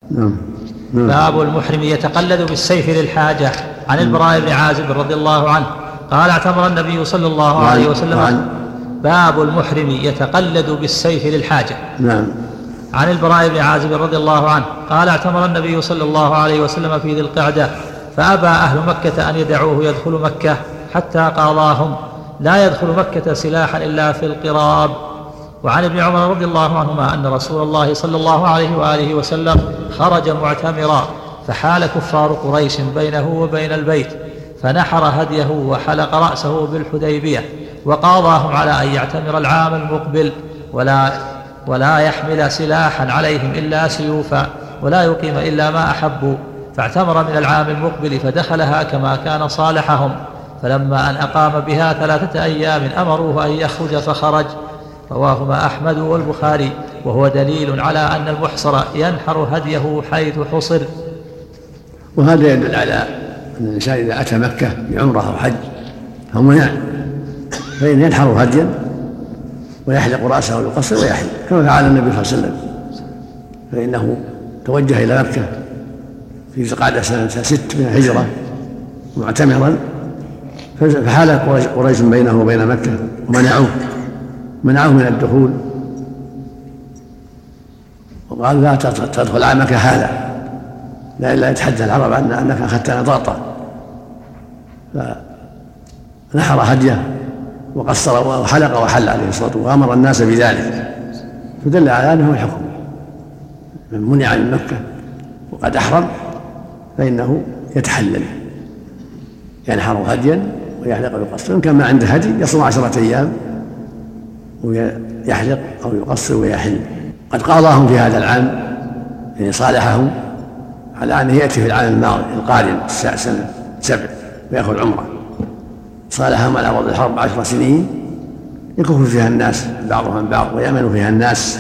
نعم. باب المحرم يتقلد بالسيف للحاجة. عن البراء بن عازب رضي الله عنه قال اعتمر النبي صلى الله عليه وسلم. باب المحرم يتقلد بالسيف للحاجة. نعم. عن البراء بن عازب رضي الله عنه قال اعتمر النبي صلى الله عليه وسلم في ذي القعدة، فأبى أهل مكة أن يدعوه يدخل مكة حتى قاضاهم لا يدخل مكة سلاحا إلا في القراب. وعن ابن عمر رضي الله عنهما أن رسول الله صلى الله عليه وآله وسلم خرج معتمرا، فحال كفار قريش بينه وبين البيت، فنحر هديه وحلق رأسه بالحديبية، وقاضاهم على أن يعتمر العام المقبل ولا يحمل سلاحا عليهم إلا سيوفا، ولا يقيم إلا ما أحبوا. فاعتمر من العام المقبل فدخلها كما كان صالحهم، فلما أن أقام بها 3 أيام أمروه أن يخرج فخرج. رواهما أحمد والبخاري، وهو دليل على أن المحصر ينحر هديه حيث حصر. وهذا يدل على أن الإنسان إذا أتى مكة بعمرة أو حج فهو فإن ينحر هديا ويحلق رأسه ويقصر ويحلق كما فعل النبي صلى الله عليه وسلم، فإنه توجه إلى مكة في ذي القعدة سنة 6 من الهجرة معتمرا، فحال قريش بينه وبين مكة ومنعوه من الدخول، وقال لا تدخل عامك هذا لا يتحدث العرب أنك أخذتنا ضغطا، فنحر هديه وقصر وحلق وحل عليه الصلاة والسلام وأمر الناس بذلك، فدل على أنه الحكم من منع من مكة وقد أحرم فإنه يتحلل، ينحر هديا ويحلق ويقصر، إن كان ما عنده هدي يصوم 10 أيام ويحلق أو يقصر ويحل. قد قاضاهم في هذا العام، يعني صالحهم على أنه يأتي في العام الماضي القادم سنة 7 ويأخذ عمره، صالحهم على وضع الحرب 10 سنين يكف فيها الناس بعضهم عن بعض ويأمن فيها الناس،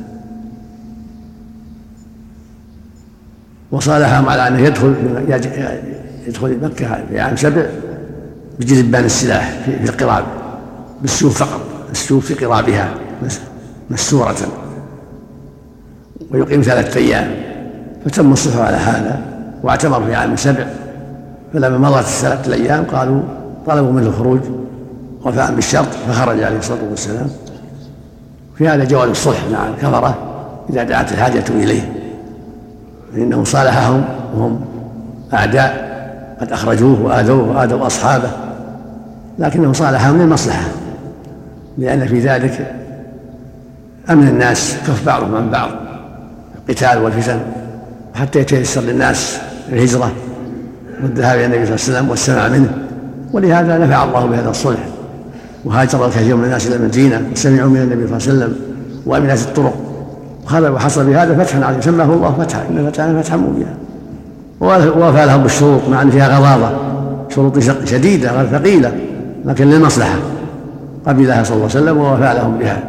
وصالحهم على أنه يدخل مكة في عام 7 بجلبان السلاح في القراب بالسيوف فقط، السيوف في قرابها مسورة، ويقيم 3 أيام، فتم الصلح على هذا واعتمر في عام 7. فلما مضت 3 أيام طلبوا منه الخروج وفاء بالشرط فخرج عليه الصلاة والسلام. في هذا جواز الصلح مع الكفرة إذا دعت الحاجة إليه، فإنه صالحهم وهم أعداء قد أخرجوه وآذوه وآذوا أصحابه، لكنه صالحهم للمصلحة، لأن في ذلك أمن الناس كف بعضهم عن بعض القتال والفتن، حتى يتيسر للناس الهجرة والذهاب إلى النبي صلى الله عليه وسلم والسماع منه. ولهذا نفع الله بهذا الصلح، وهاجر الكثير من الناس إلى المدينة وسمعوا من النبي صلى الله عليه وسلم وأمنت الطرق، وحصل بهذا فتحا عليه سماه الله فتحا، إن فتحنا فتحا مبينا، ووفى لهم بالشروط مع أن فيها غضاضة، شروط شديدة غير ثقيلة لكن للمصلحة، قبلها صلى الله عليه وسلم ووفى لهم بها.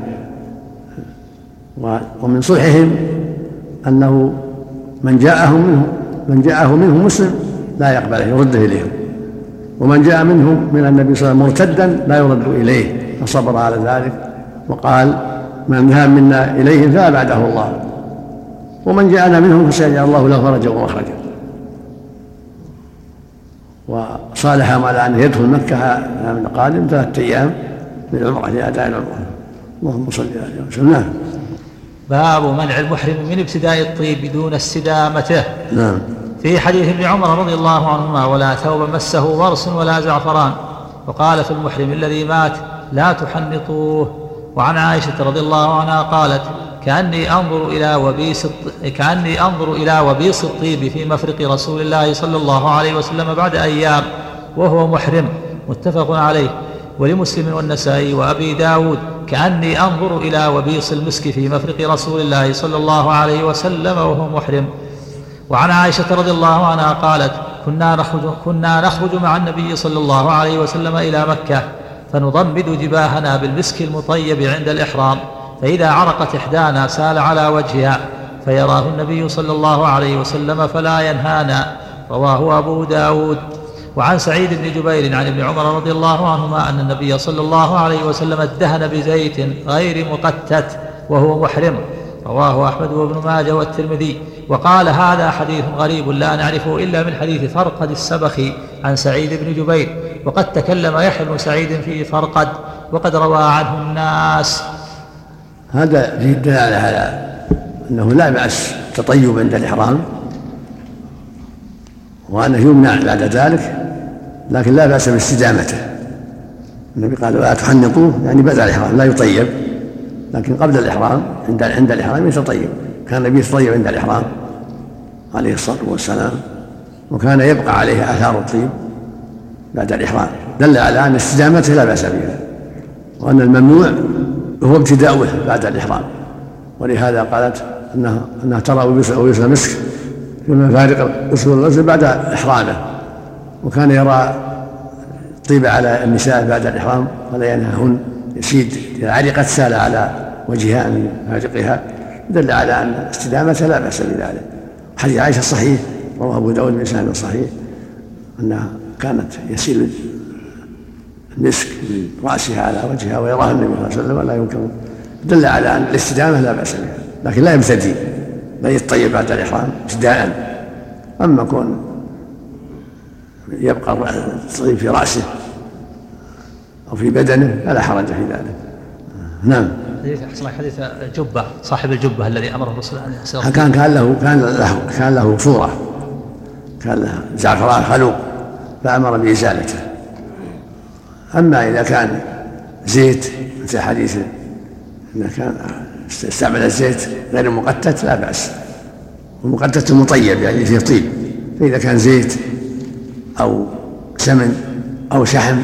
ومن صلحهم أنه من جاءه منهم مسلم لا يقبله يرده إليهم، ومن جاء منهم من النبي صلى الله عليه وسلم مرتدا لا يرد إليه، فصبر على ذلك وقال من ذهب منا إليهم فأبعده الله، ومن جاءنا منهم فسيجعل الله له فرجا ومخرجا. وصالحهم على أن يدخل مكة من القادم 3 أيام للعمرة لأداء العمرة. اللهم صل على وسلم. باب منع المحرم من ابتداء الطيب دون استدامته. نعم. في حديث ابن عمر رضي الله عنهما ولا ثوب مسه برص ولا زعفران، وقال في المحرم الذي مات لا تحنطوه. وعن عائشة رضي الله عنها قالت كأني أنظر إلى وبيص الطيب في مفرق رسول الله صلى الله عليه وسلم بعد أيام وهو محرم، متفق عليه. ولمسلم والنسائي وأبي داود كأني أنظر إلى وبيص المسك في مفرق رسول الله صلى الله عليه وسلم وهو محرم. وعن عائشة رضي الله عنها قالت كنا نخرج مع النبي صلى الله عليه وسلم إلى مكة فنضمد جباهنا بالمسك المطيب عند الإحرام، فإذا عرقت إحدانا سال على وجهها فيراه النبي صلى الله عليه وسلم فلا ينهانا. رواه أبو داود. وعن سعيد بن جبير عن ابن عمر رضي الله عنهما أن النبي صلى الله عليه وسلم ادهن بزيت غير مقتت وهو محرم. رواه أحمد وابن ماجه والترمذي. وقال هذا حديث غريب لا نعرفه إلا من حديث فرقد السبخي عن سعيد بن جبير، وقد تكلم يحيى بن سعيد في فرقد وقد روى عنه الناس. هذا فيه الدلالة على أنه لا بأس التطيب عند الإحرام، وأنه يمنع بعد ذلك، لكن لا بأس باستدامته. النبي قال لا تحنطوه، يعني بعد الإحرام لا يطيب، لكن قبل الإحرام عند الإحرام يتطيب. كان النبي يتطيب عند الإحرام عليه الصلاة والسلام، وكان يبقى عليه آثار الطيب بعد الإحرام، دل على أن استدامته لا بأس بها، وأن الممنوع هو ابتداؤه بعد الإحرام. ولهذا قالت أنها ترى ويوسف مسك في مفارق غسل الغسل بعد إحرامه، وكان يرى طيب على النساء بعد الإحرام ولا ينهاهن، يسيد عرقة سال على وجهها من فارقها، دل على أن استدامته لا بأس بذلك. حديث عائشة الصحيح رواه أبو داود بإسناد صحيح أنها كانت يسيل المسك برأسها على وجهها ويراها النبي صلى الله عليه وسلم ولا ينكر، دل على أن الاستدامة لا بأس بها، لكن لا يبتدي، لا يطيب بعد الإحرام ابتداء. أما كون يبقى الطيب في رأسه أو في بدنه فلا حرج في ذلك. نعم. حديث جبة، صاحب الجبة الذي أمره الرسول أن يسير، كان له صورة، كان له زعفران خلوق فأمر بإزالته. أما إذا كان زيت مثل حديث إذا كان استعمل الزيت غير المقتت لا بأس، والمقتت المطيب يعني فيه طيب، فإذا كان زيت أو سمن أو شحم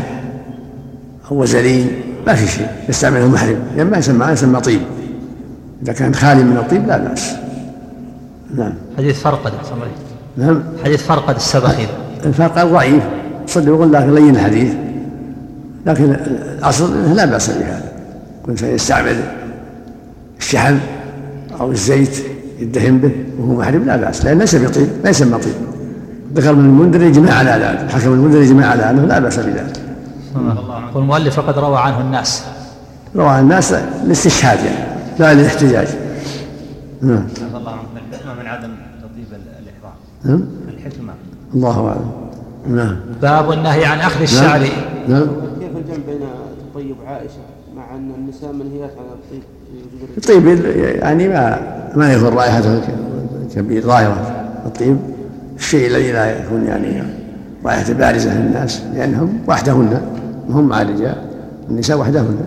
أو وزلين ما في شيء يستعمله محرم، يعني ما يسمى طيب، إذا كان خالي من الطيب لا بأس. نعم. حديث فرقد. نعم. حديث فرقد السبخي. الفرقد ضعيف صدق، يقول لكن لين الحديث، لكن الأصل لا بأس بهذا. كنت يستعمل الشحم أو الزيت يدهن به وهو محرم لا بأس، لأن ليس بطيب، لا يسمى طيب. ذكر من المنذر يجمع على ذلك، حكم المنذر يجمع على أنه لا بأس بذلك. والمؤلف فقد روى عنه الناس. روى عن الناس للاستشهاد يعني، لا للاحتجاج. نعم. الله عنه الحكمة من عدم تطيب الإحرام. نعم. الحكمة. الله أعلم. نعم. باب النهي عن أخذ الشعر. نعم. كيف الجمع بين تطيب عائشة مع أن النساء منهيات عن الطيب؟ الطيب يعني ما يكون رائحته كبير ظاهرة. الطيب الشيء الذي لا يكون يعني رائحة بارزة للناس، لأنهم وحدهن وهم مع الرجال، النساء وحدهن.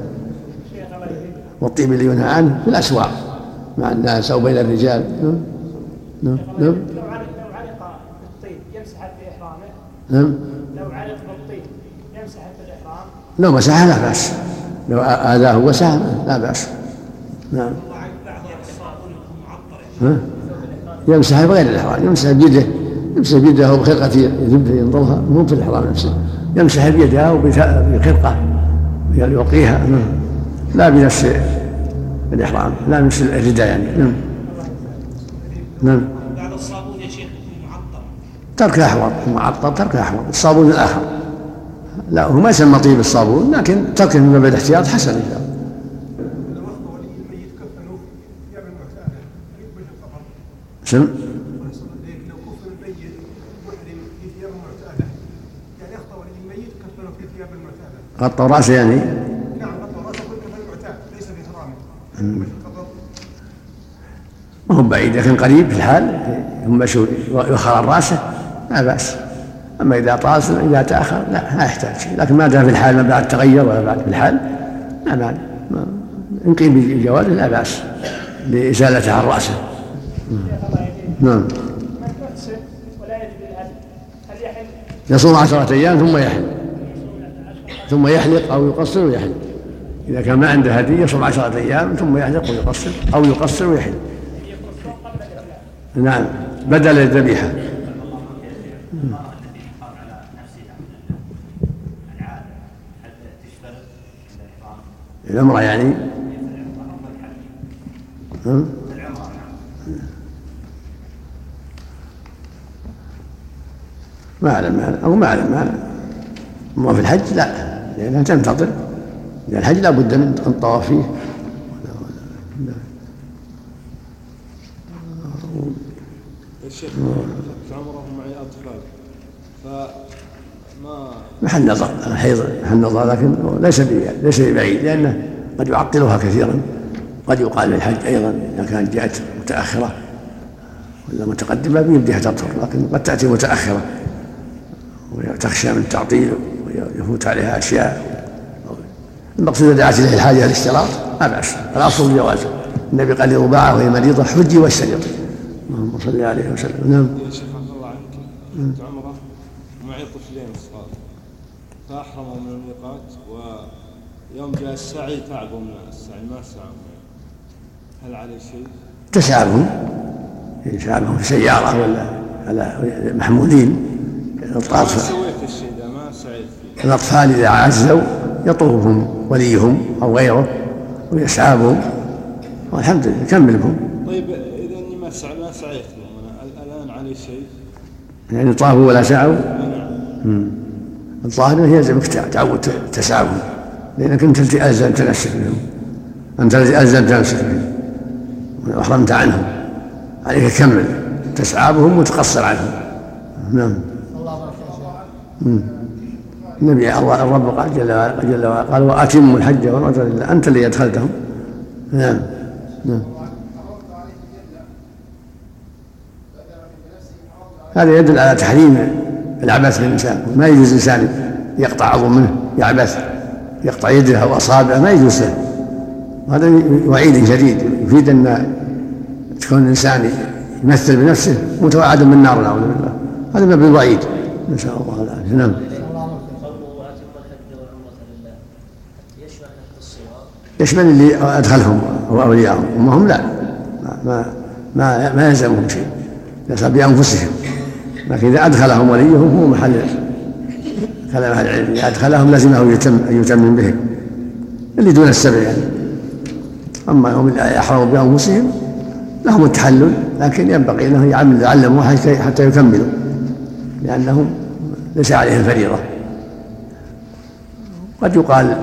والطيب اللي ينهى عنه في الأسواق مع الناس أو بين الرجال. لو علق بالطيب يمسح في إحرامه. لو علق بالطيب يمسح في الإحرام. لو مسحه لا بأس، لو آذاه وسحه لا بأس. نعم. يمسح بغير الإحرام، يمسح بيده، يمسح بيده أو بخرقة ينضرها، مو في الإحرام نفسه، يمسح بيده أو بخرقة يوقيها، لا بنفس الإحرام، لا نفس الرداء يعني. نعم. بعد الصابون يا شيخ معطر. ترك أحوط، المعطر ترك أحوط، الصابون الآخر لا هو ما يسمى طيب الصابون، لكن ترك من باب الاحتياط حسن إن شاء الله. سم؟ لو كفر الميت محرم في ثياب معتادة، يعني يخطأ ولي الميت كفنه في ثياب المعتادة. غطى راسه يعني؟ نعم غطى راسه كله المعتاد ليس في حرامه. ما هو بعيد، لكن قريب في الحال هم مشهور يؤخر راسه لا بأس. أما إذا طال إذا تأخر لا ما يحتاج شيء، لكن ما دام في الحال ما بعد تغير ولا بعد في الحال لا مانع، إن قيل بجوازه لا بأس بإزالته عن رأسه. نعم. من يحسن ولا يجب الهدي هل يحل؟ يصوم 10 أيام ثم يحلق أو يقصر ويحلق. إذا كان ما عنده هدي يصوم 10 أيام ثم يحلق ويقصر أو يقصر ويحلق. نعم بدل الذبيحة. العمرة يعني. ما أعلم أو ما أعلم، أما في الحج لا، لأنها تنتظر، لأن الحج لا بد من الطواف فيه. الشيخ أخذت عمره معي أطفال فما محل نظر الحيض محل نظر، لكن ليس ببعيد لأنه قد يعطلها كثيرا. قد يقال للحج أيضا إذا كانت جاءت متأخرة ولا متقدمة بيمديها تطهر، لكن قد تأتي متأخرة وتخشى من التعطيل ويفوت عليها أشياء. المقصود دعت إليه الحاجة للاشتراط ما بأس، الأصل جوازه. النبي قال لرباعة وهي مريضة حجي واشترطي. اللهم صل عليه وسلم. نعم. يا شيخ عفى الله عنك، أخذت عمره ومعي طفلين صغار فأحرموا من الميقات، ويوم جاء السعي تعبوا من السعي ما سعوا، هل عليه شيء؟ تسعبهم في سيارة ولا على محمولين. ما سويت الشيء ده، ما سعيت فيه. الأطفال إذا عزوا يطوفهم وليهم أو غيره ويسعبهم والحمد لله يكمل بهم. طيب إذا إني ما سعيت لهم الآن عليه شيء؟ يعني طافوا ولا سعوا؟ الظاهر يلزمك تعود تسعبهم، لأنك أنت ألزم تنسك بهم، أنت الذي ألزم تنسك بهم وأحرمت عنهم، عليك كمل تسعابهم وتقصر عنهم. نعم. النبي الرب قال جل وعلا قال وأتموا الحج والعمرة لله، أنت اللي أدخلتهم. نعم. هذا يدل على تحريم العبث بالإنسان، ما يجوز الإنسان يقطع عضو منه يعبث، يقطع يده أو أصابعه ما يجوز له. هذا وعيد شديد يفيد أن تكون الإنسان يمثل بنفسه متوعدا من النار نعوذ بالله، هذا ما بالوعيد، نسأل الله العافية. نعم. يشمل اللي أدخلهم وأولياءهم، وهم لا ما يلزمهم شيء، يلزم بأنفسهم، لكن إذا أدخلهم وليهم هو محل كلام أهل العلم، إذا أدخلهم لازمه أن يتمم بهم اللي دون السبع يعني. أما هم اللي يحرموا بأنفسهم لهم التحلل، لكن ينبغي أنه يعلموا حتى يكملوا، لأنهم ليس عليهم فريضة. قد يقال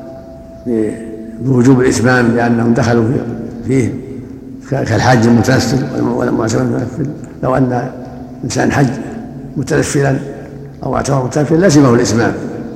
بوجوب الإتمام لأنهم دخلوا فيه كالحاج المتنفل والمعتمر المتنفل، لو أن إنسان حج متنفلا أو اعتمر متنفلا لزمه الإتمام.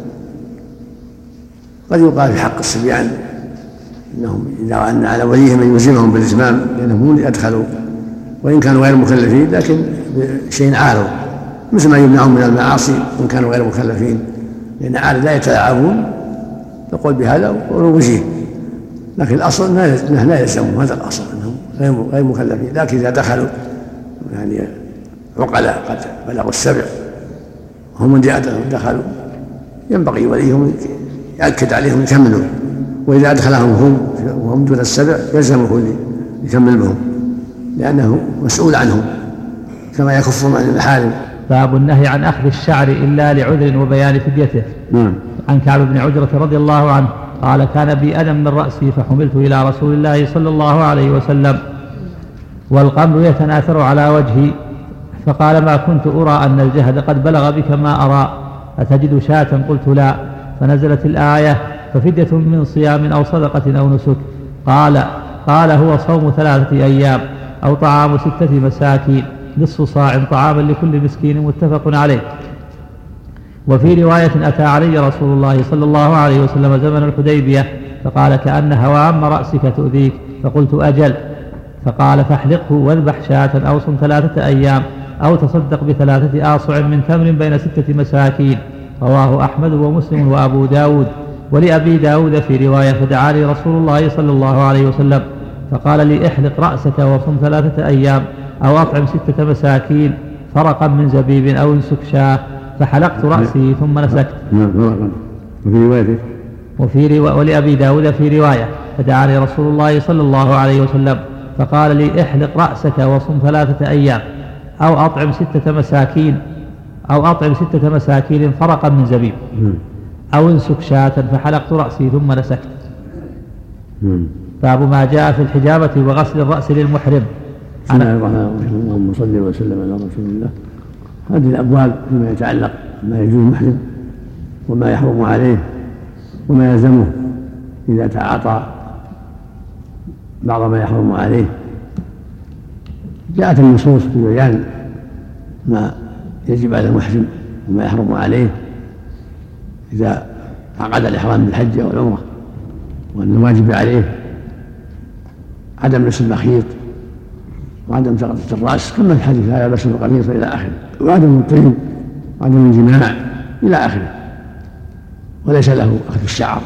قد يقال في حق الصبيان إنهم إذا أن على وليهم أن يلزمهم بالإتمام لأنهم هم اللي أدخلوا وإن كانوا غير مكلفين، لكن بشيء عارض مثل ما يمنعهم من المعاصي وإن كانوا غير مكلفين، لأن عارض لا يتلاعبون نقول بهذا ووجيه، لكن الأصل أنه لا يلزمهم، هذا الأصل أنهم غير مكلفين. لكن إذا دخلوا يعني عقلاء قد بلغوا السبع هم من دخلوا ينبغي وليهم يأكد عليهم يكملون، وإذا أدخلهم هم وهم دون السبع يلزمه يكمل بهم لأنه مسؤول عنهم كما يكفهم عن المحارم. باب النهي عن أخذ الشعر إلا لعذر وبيان فديته. عن كعب بن عجرة رضي الله عنه قال كان بي ألم من رأسي فحملت إلى رسول الله صلى الله عليه وسلم والقمر يتناثر على وجهي، فقال ما كنت أرى أن الجهد قد بلغ بك ما أرى، أتجد شاة؟ قلت لا، فنزلت الآية ففدية من صيام أو صدقة أو نسك. قال هو صوم 3 أيام أو طعام 6 مساكين نصف صاع طعاما لكل مسكين، متفق عليه. وفي رواية أتى علي رسول الله صلى الله عليه وسلم زمن الحديبية فقال كأن هوام رأسك تؤذيك، فقلت أجل، فقال فاحلقه واذبح شاة أو صم 3 أيام أو تصدق ب3 آصع من تمر بين 6 مساكين. رواه أحمد ومسلم وأبو داود. ولأبي داود في رواية فدعاني رسول الله صلى الله عليه وسلم فقال لي احلق رأسك وصم 3 أيام أو أطعم 6 مساكين فرقا من زبيب أو انسك شاة، فحلقت رأسي ثم نسكت. ولأبي داود في رواية فدعاني رسول الله صلى الله عليه وسلم فقال لي احلق رأسك وصم 3 أيام أو أطعم 6 مساكين فرقا من زبيب أو انسك شاة، فحلقت رأسي ثم نسكت. باب ما جاء في الحجامة وغسل الرأس للمحرم. بسم الله الرحمن الرحيم، اللهم صل وسلم على رسول الله. هذه الأبواب فيما يتعلق ما يجوز المحرم وما يحرم عليه وما يلزمه إذا تعاطى بعض ما يحرم عليه. جاءت النصوص في بيان ما يجب على المحرم وما يحرم عليه إذا عقد الإحرام بالحج أو العمرة، وأن الواجب عليه عدم لبس المخيط وعدم تغطية الرأس كما في الحديث لا يلبس القميص إلى آخره، وعدم الطيب وعدم الجماع إلى آخره، وليس له أخذ الشعر.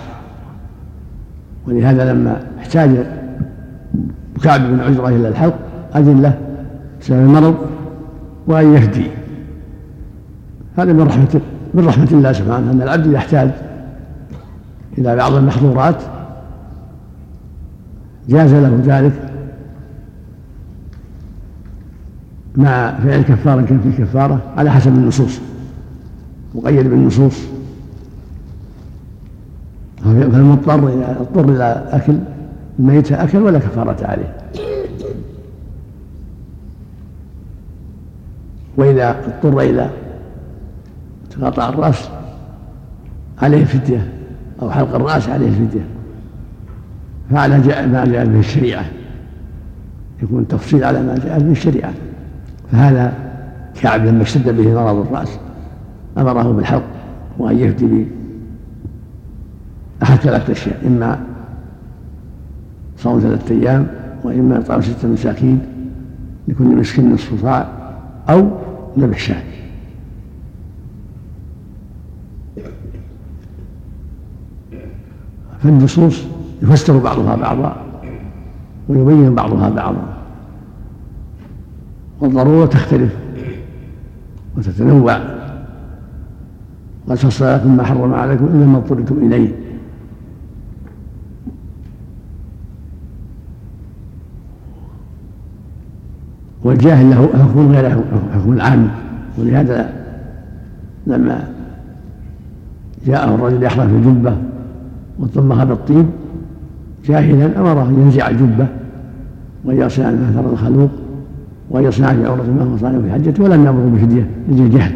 ولهذا لما احتاج كعب بن عجرة إلى الحلق أذن له بسبب المرض وأن يهدي. هذا من رحمة الله سبحانه أن العبد يحتاج إلى بعض المحظورات جاز له ذلك مع فعل كفارة كان في كفارة على حسب النصوص، مقيد بالنصوص. فالمضطر إذا اضطر إلى أكل الميتة أكل ولا كفارة عليه، وإذا اضطر إلى تقاطع الرأس عليه فدية أو حلق الرأس عليه الفدية. فعلى ما جاء به الشريعة، يكون تفصيل على ما جاء به الشريعة. فهذا كعب لما اشتد به مرض الرأس أمره بالحلق وأن يفدي بأحد 3 أشياء، إما صوم 3 أيام، وإما إطعام 6 مساكين لكل مسكين نصف صاع، أو ذبح شاة. فالنصوص يفسر بعضها بعضا ويبين بعضها بعضا، والضرورة تختلف وتتنوع. قد فصل لكم ما حرم عليكم إلا ما اضطررتم إليه. والجاهل له حكم غير حكم العام، ولهذا لما جاءه الرجل يحرم في الجبة وطمها بالطيب جاهلا أمره ينزع الجبة ويغسل عنها أثر الخلوق ويصنع في عورة ما هو صانع في حجته، ولم يأمره بفدية لأجل الجهل.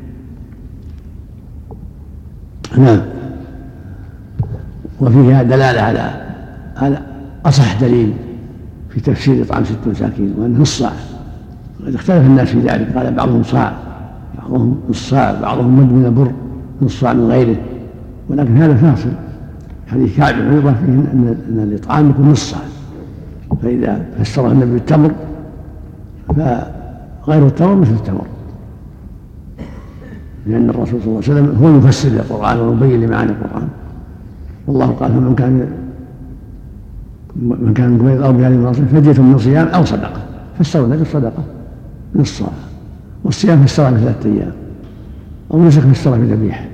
نعم. وفيها دلالة على أصح دليل في تفسير إطعام 6 مساكين وأنه الصاع. وقد اختلف الناس في ذلك، قال بعضهم صاع، بعضهم نص صاع، بعضهم مد من البر نص صاع من غيره، ولكن هذا فاصل. حديث كعب بن عجرة فيه أن الإطعام يكون نص صاع، فإذا فسره النبي بالتمر فغير التمر مثل التمر، لأن الرسول صلى الله عليه وسلم هو المفسر للقرآن ومبين لمعاني القرآن. والله قال فمن كان منكم مريض أو بهذه المرض فدية من صيام أو صدقة، فسروا ذلك الصدقة نص صاع، والصيام فسرها ب3 أيام، أو نسك فسرها بذبيحة.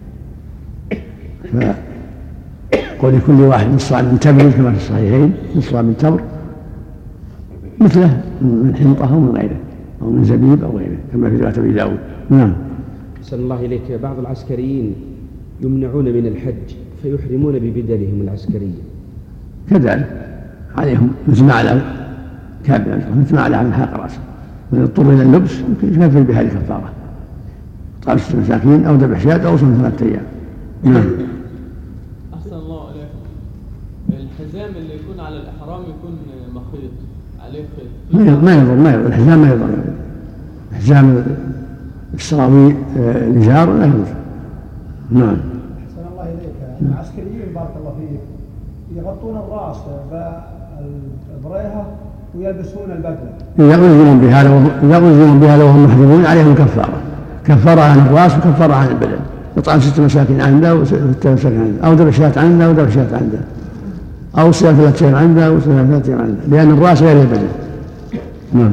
فقول لكل واحد نص صاع من تمر كما في الصحيحين، نص صاع من تمر مثله من حنطة أو من غيره أو من زبيب أو غيره كما في رواية أبي داود. نعم. أحسن الله إليك. بعض العسكريين يمنعون من الحج فيحرمون ببدلهم العسكرية، كذلك عليهم مثل ما على كعب بن عجرة، مثل ما على من حلق رأسه، من اضطر إلى اللبس يكفر بهذه الكفارة، إطعام 6 مساكين أو ذبح شاة أو صوم 3 أيام. نعم. أحسن الله عليكم. الحزام اللي يكون على الإحرام يكون مخيط عليه خيط، ما يضر الحزام، ما يضر حزام السراويل الإزار لا يضر. نعم. أحسن الله إليك. العسكريين بارك الله فيك يغطون الرأس بالبريهة ويلبسون البدلة، إذا ألزموا بهذا وهم محرمون عليهم كفارة عن الرأس وكفارة عن البدن، إطعام 6 مساكين عنده و6 مساكين عنده، أو ذبح شاة عنده وذبح شاة عنده، أو صيام 3 أيام عنده وصيام 3 أيام عنده، لأن الرأس غير البدن. نعم.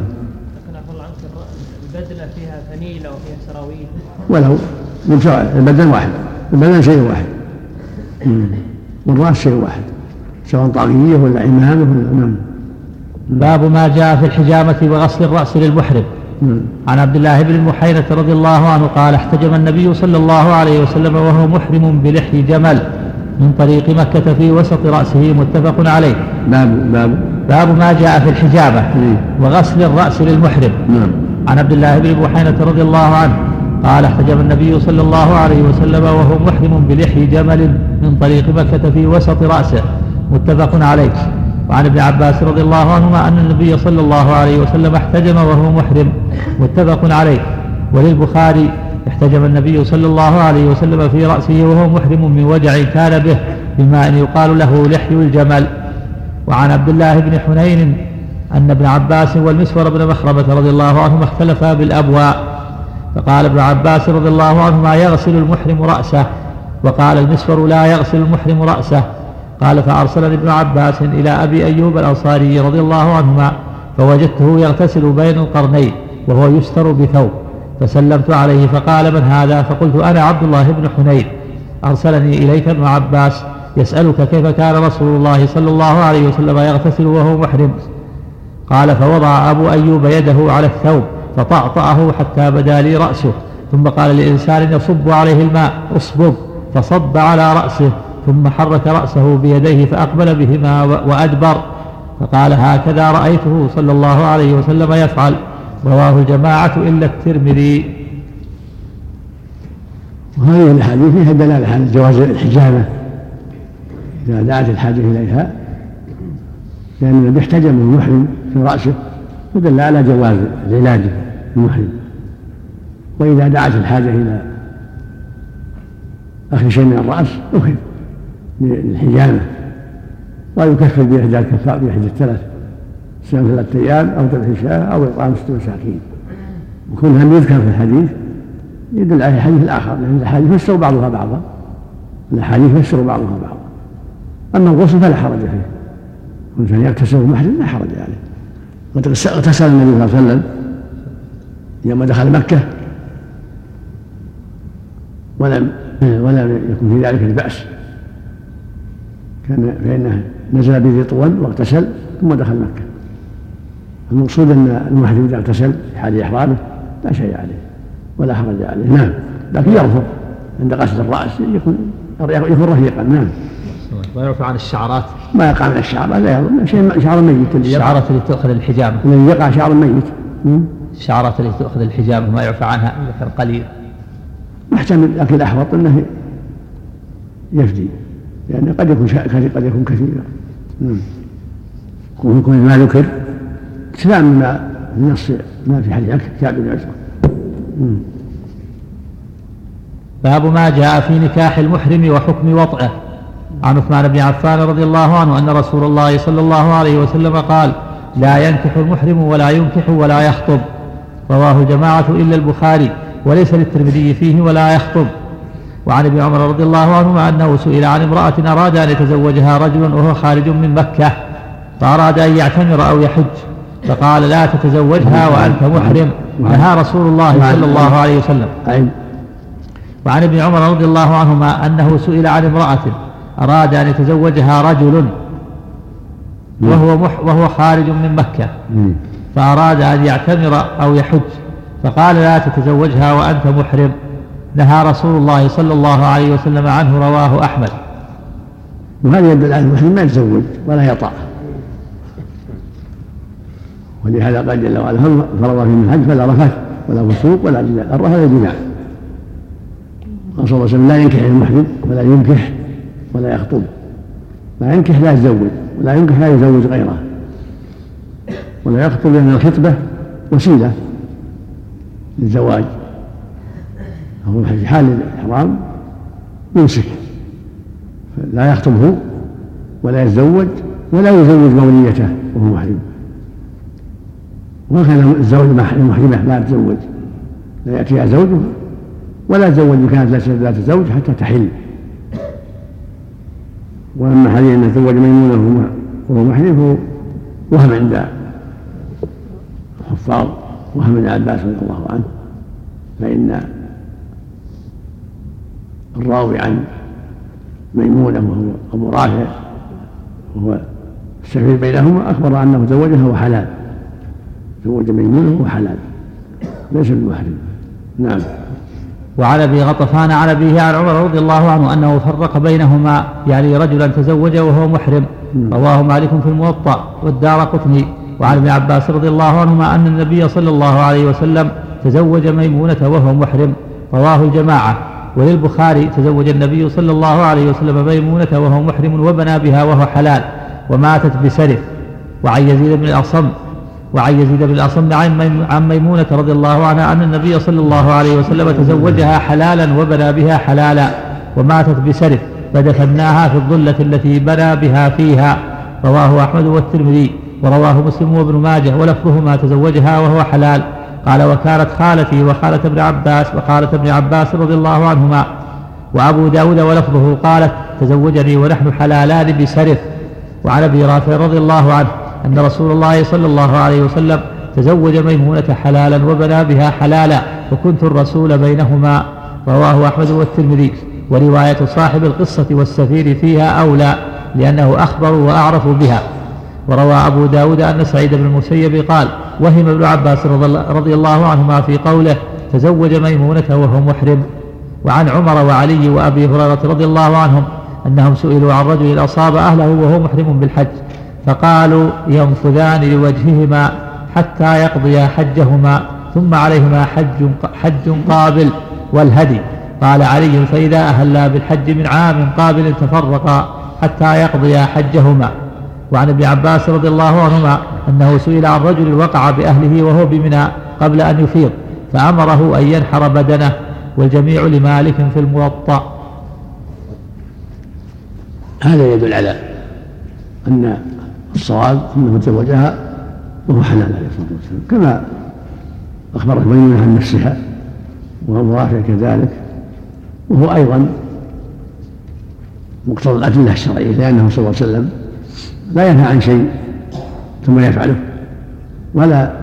البدلة فيها فنيلة وفيها سراويل، ولو من سواء، البدن واحد، البدن شيء واحد والرأس شيء واحد، سواء طاقية ولا عمامة ولا. نعم. باب ما جاء في الحجامة وغسل الرأس للمحرم. عن عبد الله بن المحيرة رضي الله عنه قال احتجم النبي صلى الله عليه وسلم وهو محرم بلحي جمل من طريق مكة في وسط رأسه، متفق عليه. باب ما جاء في الحجامة وغسل الرأس للمحرم. عن عبد الله بن المحيرة رضي الله عنه قال احتجم النبي صلى الله عليه وسلم وهو محرم بلحي جمل من طريق مكة في وسط رأسه، متفق عليه. وعن ابن عباس رضي الله عنهما أن النبي صلى الله عليه وسلم احتجم وهو محرم، متفق عليه. وللبخاري احتجم النبي صلى الله عليه وسلم في رأسه وهو محرم من وجع كان به بماء يقال له لحي الجمل. وعن عبد الله بن حنين أن ابن عباس والمسور بن مخرمة رضي الله عنهما اختلفا بالأبواء، فقال ابن عباس رضي الله عنهما يغسل المحرم رأسه، وقال المسور لا يغسل المحرم رأسه. قال فأرسلني ابن عباس إلى أبي أيوب الأنصاري رضي الله عنهما فوجدته يغتسل بين القرنين وهو يستر بثوب، فسلمت عليه فقال من هذا؟ فقلت أنا عبد الله بن حنين، أرسلني إليك ابن عباس يسألك كيف كان رسول الله صلى الله عليه وسلم يغتسل وهو محرم. قال فوضع أبو أيوب يده على الثوب فطأطأه حتى بدا لي رأسه، ثم قال لإنسان يصب عليه الماء اصبب، فصب على رأسه، ثم حرك رأسه بيديه فأقبل بهما وأدبر، فقال هكذا رأيته صلى الله عليه وسلم يفعل. رواه الجماعة إلا الترمذي. وهذه الأحاديث فيها دلالة على جواز الحجامة إذا دعت الحاجة إليها، لأن النبي احتجم المحرم في رأسه فدل على جواز العلاج المحرم. وإذا دعت الحاجة إلى أخذ شيء من الرأس أخذ للحجامة، ويكفر بإحدى الكفار بإحدى الثلاث، صيام 3 أيام أو ذبح شاة أو إطعام 6 مساكين. وكل هم يذكر في الحديث يدل عليه الحديث الآخر، لأن الأحاديث يفسر بعضها بعضا، الأحاديث يفسر بعضها بعضا. أما الغسل فلا حرج فيه، وإنسان يغتسل المحرم لا حرج عليه. وقد اغتسل النبي صلى الله عليه وسلم يوم دخل مكة ولم يكن في ذلك البأس، فإنه نزل بذي طول واغتسل ثم دخل مكة. المقصود أن المحرم إذا اغتسل في حال إحرامه لا شيء عليه ولا حرج عليه. نعم، لكن يرفض عند غسل الرأس يكون رفيقا. نعم. ويرفع عن الشعرات، ما يقع من الشعر لا يظن شيء، شعر ميت. الشعرات اللي تؤخذ الحجامة، الذي يقع شعر ميت. الشعرات اللي تؤخذ الحجامة ما يرفع عنها إلا كان قليل. محتمل، لكن الأحوط أنه يفدي، لأنه قد يكون كثيرا. ويكون ما ذكر سلام ما في نص ما في حديث كعب بن عجرة. باب ما جاء في نكاح المحرم وحكم وطئه. عن عثمان بن عفان رضي الله عنه أن رسول الله صلى الله عليه وسلم قال لا ينكح المحرم ولا ينكح ولا يخطب. رواه الجماعة إلا البخاري، وليس للترمذي فيه ولا يخطب. وعن ابن عمر رضي الله عنهما أنه سئل عن امرأة أراد أن يتزوجها رجل وهو خارج من مكة، فأراد أن يعتمر أو يحج، فقال لا تتزوجها وأنت محرم، نهى رسول الله صلى الله عليه وسلم. وعن ابن عمر رضي الله عنهما أنه سئل عن امرأة أراد أن يتزوجها رجل وهو خارج من مكة، فأراد أن يعتمر أو يحج، فقال لا تتزوجها وأنت محرم، نهى رسول الله صلى الله عليه وسلم عنه. رواه أحمد. وهذا يدل على المحرم ما يتزوج ولا يطأ، ولهذا قال جل وعلا فرض فيهم الحج فلا رفث ولا فسوق ولا جدال. الرفث الجماع. قال صلى الله عليه وسلم لا ينكح المحرم ولا ينكح ولا يخطب. لا ينكح لا يتزوج، ولا ينكح لا يزوج غيره، ولا يخطب، لأن الخطبة وسيلة للزواج. هو في حال الإحرام يمسك، لا يخطبه ولا يتزوج ولا يزوج موليته وهو محرم. وكان الزوج المحرمة لا تتزوج، لا يأتيها زوجها ولا تزوج إن كانت لا تتزوج حتى تحل. وأما حديث أن يتزوج ميمونة وهو محرم فهو وهم عند الحفاظ، وهم عند عباس رضي الله عنه، فإن الراوي عن ميمونة وهو أبو رافع وهو السفير بينهما أخبر أنه تزوجها وحلال، تزوج ميمونة وهو حلال ليس بمحرم. نعم. وعن ابي غطفان عن ابيه عن عمر رضي الله عنه انه فرق بينهما، يعني رجلا تزوج وهو محرم. رواه مالك في الموطأ والدارقطني. وعن ابن عباس رضي الله عنهما ان النبي صلى الله عليه وسلم تزوج ميمونة وهو محرم. رواه الجماعة. وللبخاري تزوج النبي صلى الله عليه وسلم ميمونة وهو محرم وبنى بها وهو حلال وماتت بسرف. وعن يزيد بن الأصم وعن يزيد بن الأصم عن ميمونة رضي الله عنها أن النبي صلى الله عليه وسلم تزوجها حلالا وبنى بها حلالا وماتت بسرف فدفناها في الظلة التي بنى بها فيها. رواه أحمد والترمذي ورواه مسلم وابن ماجه ولفظهما تزوجها وهو حلال. قال وكانت خالتي وخالة ابن عباس رضي الله عنهما. وأبو داود ولفظه قالت تزوجني ونحن حلالان بسرف. وعن أبي رافع رضي الله عنه أن رسول الله صلى الله عليه وسلم تزوج ميمونة حلالا وبنى بها حلالا وكنت الرسول بينهما. رواه أحمد والترمذي. ورواية صاحب القصة والسفير فيها أولى لأنه أخبر وأعرف بها. وروى أبو داود أن سعيد بن المسيب قال وهم ابن عباس رضي الله عنهما في قوله تزوج ميمونة وهو محرم. وعن عمر وعلي وأبي هريرة رضي الله عنهم أنهم سئلوا عن رجل أصاب أهله وهو محرم بالحج فقالوا ينفذان لوجههما حتى يقضيا حجهما ثم عليهما حج قابل والهدي. قال علي فإذا أهلا بالحج من عام قابل تفرقا حتى يقضيا حجهما. وعن ابن عباس رضي الله عنهما أنه سئل عن رجل وقع بأهله وهو بمنى قبل أن يفيض فأمره أن ينحر بدنه. والجميع لمالك في الموطأ. هذا يدل على أن الصواب أنه تزوجها وهو حلال عليه الصلاة والسلام كما أخبرت ميمونة عن نفسها وأبو رافع كذلك. وهو أيضا مقتضى الأدلة الشرعية لأنه صلى الله عليه وسلم لا ينهى عن شيء ثم يفعله ولا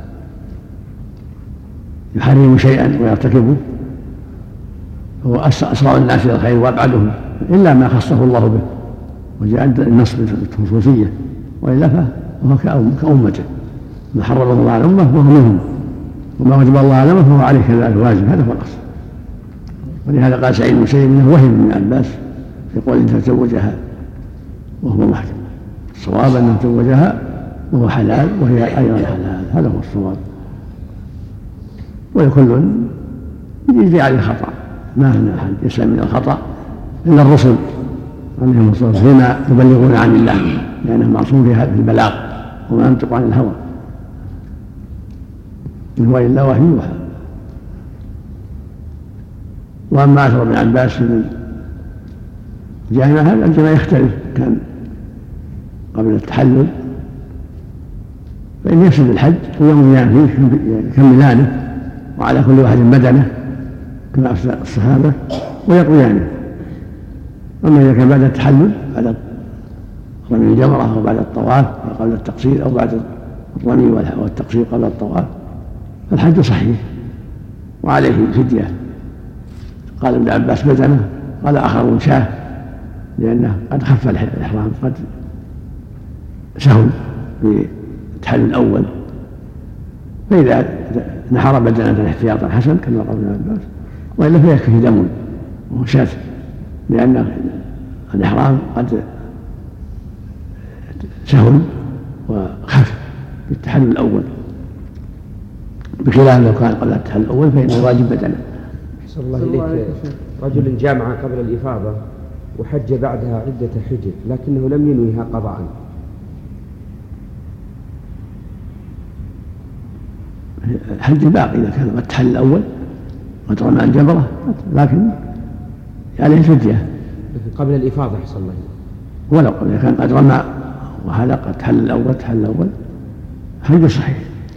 يحرم شيئا ويرتكبه. هو أسرع الناس إلى الخير وأبعدهم إلا ما خصه الله به وجاء النص بالخصوصية وإلا فهو كأمته ما حرمه الله على الأمة وهو منهم وما وجب الله على الأمة فهو عليه كذلك واجب. هذا هو الأصل. ولهذا قال سعيد بن المسيب انه وهم من عباس في قول انه تزوجها وهو محرم. الصواب انه تزوجها وهو حلال وهي ايضا حلال. هذا هو الصواب. ولكل يجري عليه خطا ما هنا احد يسلم من الخطا الا الرسل عليهم الصلاه والسلام فيما يبلغون عن الله لانهم معصومون في البلاغ وما ينطق عن الهوى ان هو الا وحي يوحى. واما اثر ابن عباس من الجامع هذا الجامع يختلف كان قبل التحلل فإن يفسد الحج ويوم فيه يكملانه وعلى كل واحد بدنه كما أفسد الصحابة ويقضيانه. أما إذا كان بعد التحلل بعد رمي الجمرة أو بعد الطواف أو قبل التقصير أو بعد الرمي والتقصير قبل الطواف فالحج صحيح وعليه فدية. قال ابن عباس بدنه قال آخرون شاه لأنه قد خف الإحرام قد سهل في التحلل الأول فإذا نحر بدنة احتياطا حسن كما قال ابن عباس وإلا فيكفي دم وهو شاة لأن الإحرام قد سهل وخف في التحلل الأول بخلاف لو كان قبل التحلل الأول فإنه واجب بدنه. صلى الله إليك رجل جامع قبل الإفاضة وحج بعدها عدة حجج لكنه لم ينويها قضاء الحج باقي إذا كان قد تحل الأول قد رمى الجمرة لكن عليه فدية قبل الإفاضة حصل الله ولو إذا كان قد رمى وهذا قد تحل الأول حج صحيح.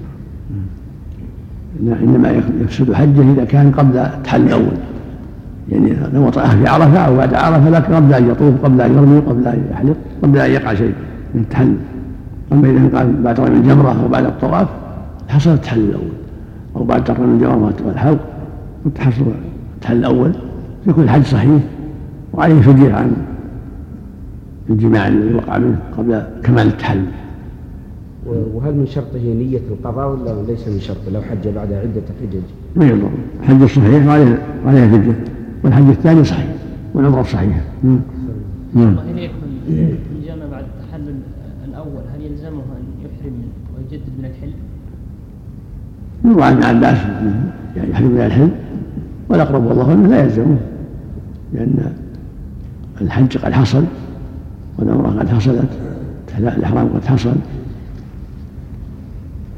إنما يفسد حجه إذا كان قبل التحل الأول يعني لو وطأه في عرفة أو بعد عرفة لكن قبل أن يطوف قبل أن يرمي قبل أن يحلق قبل أن يقع شيء من التحلل. أما إذا كان بعد رمي الجمرة أو بعد الطواف حصل التحلل الأول أو بعد رمي الجمرة والحلق حصل التحلل الأول يكون الحج صحيح وعليه فدية عن الجماع الذي وقع منه قبل كمال التحلل. وهل من شرطه نية القضاء ولا ليس من شرطه لو حج بعد عدة حجج؟ ما يضر الحج الصحيح وعليه فدية والحج الثاني صحيح والعمرة صحيحة. الله إليكم الجامع بعد التحلل الأول هل يلزمه أن يحرم ويجدد من الحلم؟ يروى عن ابن عباس يحرم من الحلم والأقرب والله أنه لا يلزمه لأن الحج قد حصل والعمرة قد حصلت الإحرام قد حصل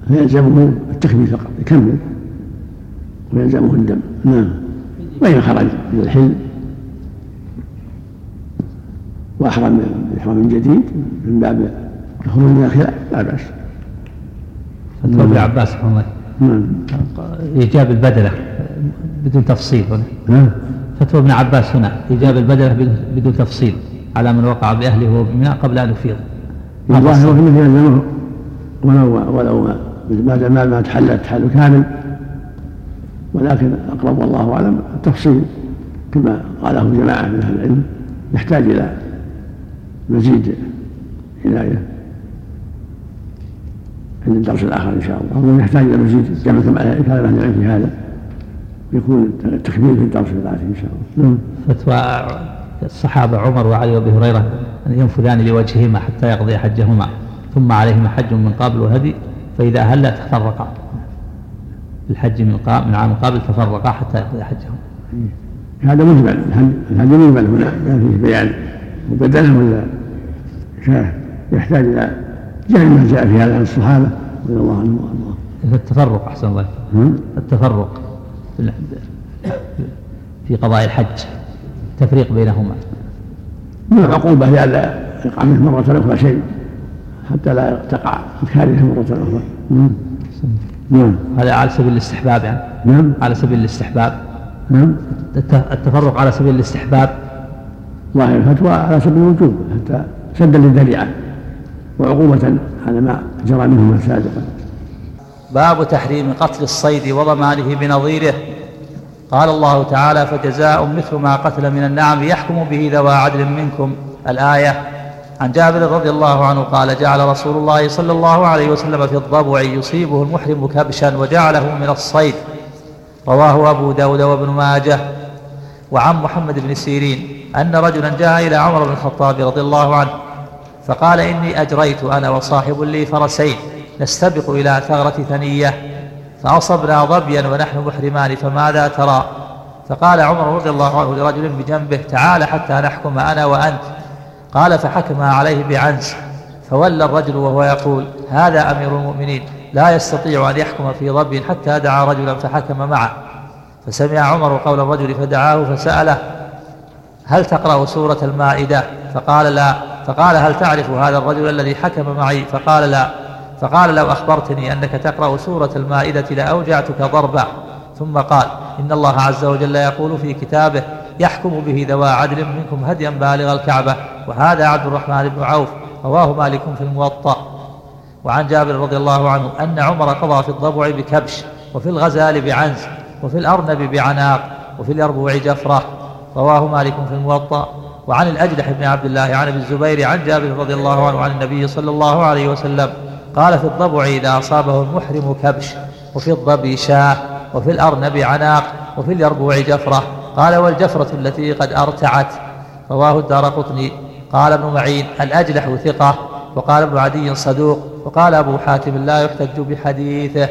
فيلزمه التكبير فقط يكمل ويلزمه الدم. نعم. وإن خرج من الحل وأحرم بإحرام جديد من باب الخروج من الخلاف لا بأس. فتوى ابن عباس رحمه الله إيجاب البدلة بدون تفصيل هنا. فتوى ابن عباس هنا إيجاب البدلة بدون تفصيل على من وقع بأهله وبمنى قبل أن يفيض. الظاهر في مثل يلزمه ولو بعد ما تحل التحلل كامل، ولكن أقرب والله أعلم التفصيل كما قاله جماعة من أهل العلم، يحتاج إلى مزيد عناية عند الدرس الآخر إن شاء الله، ويحتاج إلى مزيد جمع كما كان أهل العلم في هذا، يكون التكبير في الدرس الآتي إن شاء الله. فتوى الصحابة عمر وعلي وأبي هريرة أن ينفذان لوجههما حتى يقضي حجهما، ثم عليهما حج من قبل وهدي، فإذا أهلا تفرقا الحج من عام قابل تفرقا حتى يقضي حجهم. هذا مجمل، الحج مجمل هنا ما فيه بيان مبدلا ولا شاه، يحتاج إلى جمع ما جاء في هذا عن الصحابة رضي الله عنهم وأرضاهم. التفرق أحسن الله، التفرق في قضاء الحج، تفريق بينهما من العقوبة لئلا يقع منه مرة أخرى شيء حتى لا تقع الكارثة مرة أخرى. نعم. هذا على سبيل الاستحباب يعني. نعم. على سبيل الاستحباب. نعم. التفرق على سبيل الاستحباب. ظاهر الفتوى على سبيل الوجوب حتى سدا للذريعة وعقوبة على ما جرى منهما سابقا. باب تحريم قتل الصيد وضمانه بنظيره. قال الله تعالى: فجزاء مثل ما قتل من النعم يحكم به ذوى عدل منكم. الآية. عن جابر رضي الله عنه قال: جعل رسول الله صلى الله عليه وسلم في الضبع يصيبه المحرم كبشا وجعله من الصيد. رواه أبو داود وابن ماجه. وعن محمد بن سيرين أن رجلا جاء إلى عمر بن الخطاب رضي الله عنه فقال: إني أجريت أنا وصاحب لي فرسين نستبق إلى ثغرة ثنية فأصبنا ظبيا ونحن محرمان فماذا ترى؟ فقال عمر رضي الله عنه لرجل بجنبه: تعال حتى نحكم أنا وأنت. قال: فحكم عليه بعنز. فولى الرجل وهو يقول: هذا أمير المؤمنين لا يستطيع أن يحكم في ظبي حتى دعا رجلا فحكم معه. فسمع عمر قول الرجل فدعاه فسأله: هل تقرأ سورة المائدة؟ فقال: لا. فقال: هل تعرف هذا الرجل الذي حكم معي؟ فقال: لا. فقال: لو أخبرتني أنك تقرأ سورة المائدة لأوجعتك ضربا. ثم قال: إن الله عز وجل يقول في كتابه: يحكم به ذوى عدل منكم هديا بالغ الكعبة. وهذا عبد الرحمن بن عوف. رواه مالك في الموطأ. وعن جابر رضي الله عنه أن عمر قضى في الضبع بكبش، وفي الغزال بعنز، وفي الأرنب بعناق، وفي اليربوع جفرة. رواه مالك في الموطأ. وعن الأجدح بن عبد الله عن ابي الزبير عن جابر رضي الله عنه عن النبي صلى الله عليه وسلم قال: في الضبع إذا أصابه المحرم كبش، وفي الظبي شاة، وفي الأرنب عناق، وفي اليربوع جفرة. قال: والجفرة التي قد أرتعت. رواه الدارقطني. قال ابن معين: الأجلح ثقة. وقال ابن عدي: صدوق. وقال أبو حاتم: لا يحتج بحديثه.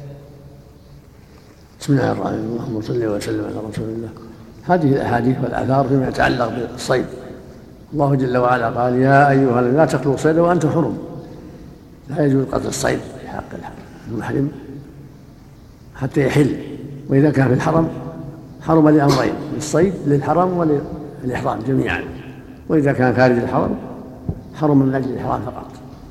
بسم الله الرحمن الرحيم. اللهم صل وسلم على رسول الله. هذه الأحاديث والآثار فيما يتعلق بالصيد. الله جل وعلا قال: يا أيها الذين لا تقتلوا الصيد وأنتم حرم. لا يجوز قتل الصيد في حق المحرم حتى يحل، وإذا كان في الحرم حرم لأمرين: للصيد للحرم وللإحرام جميعا، وإذا كان خارج الحرم حرم من أجل الإحرام فقط.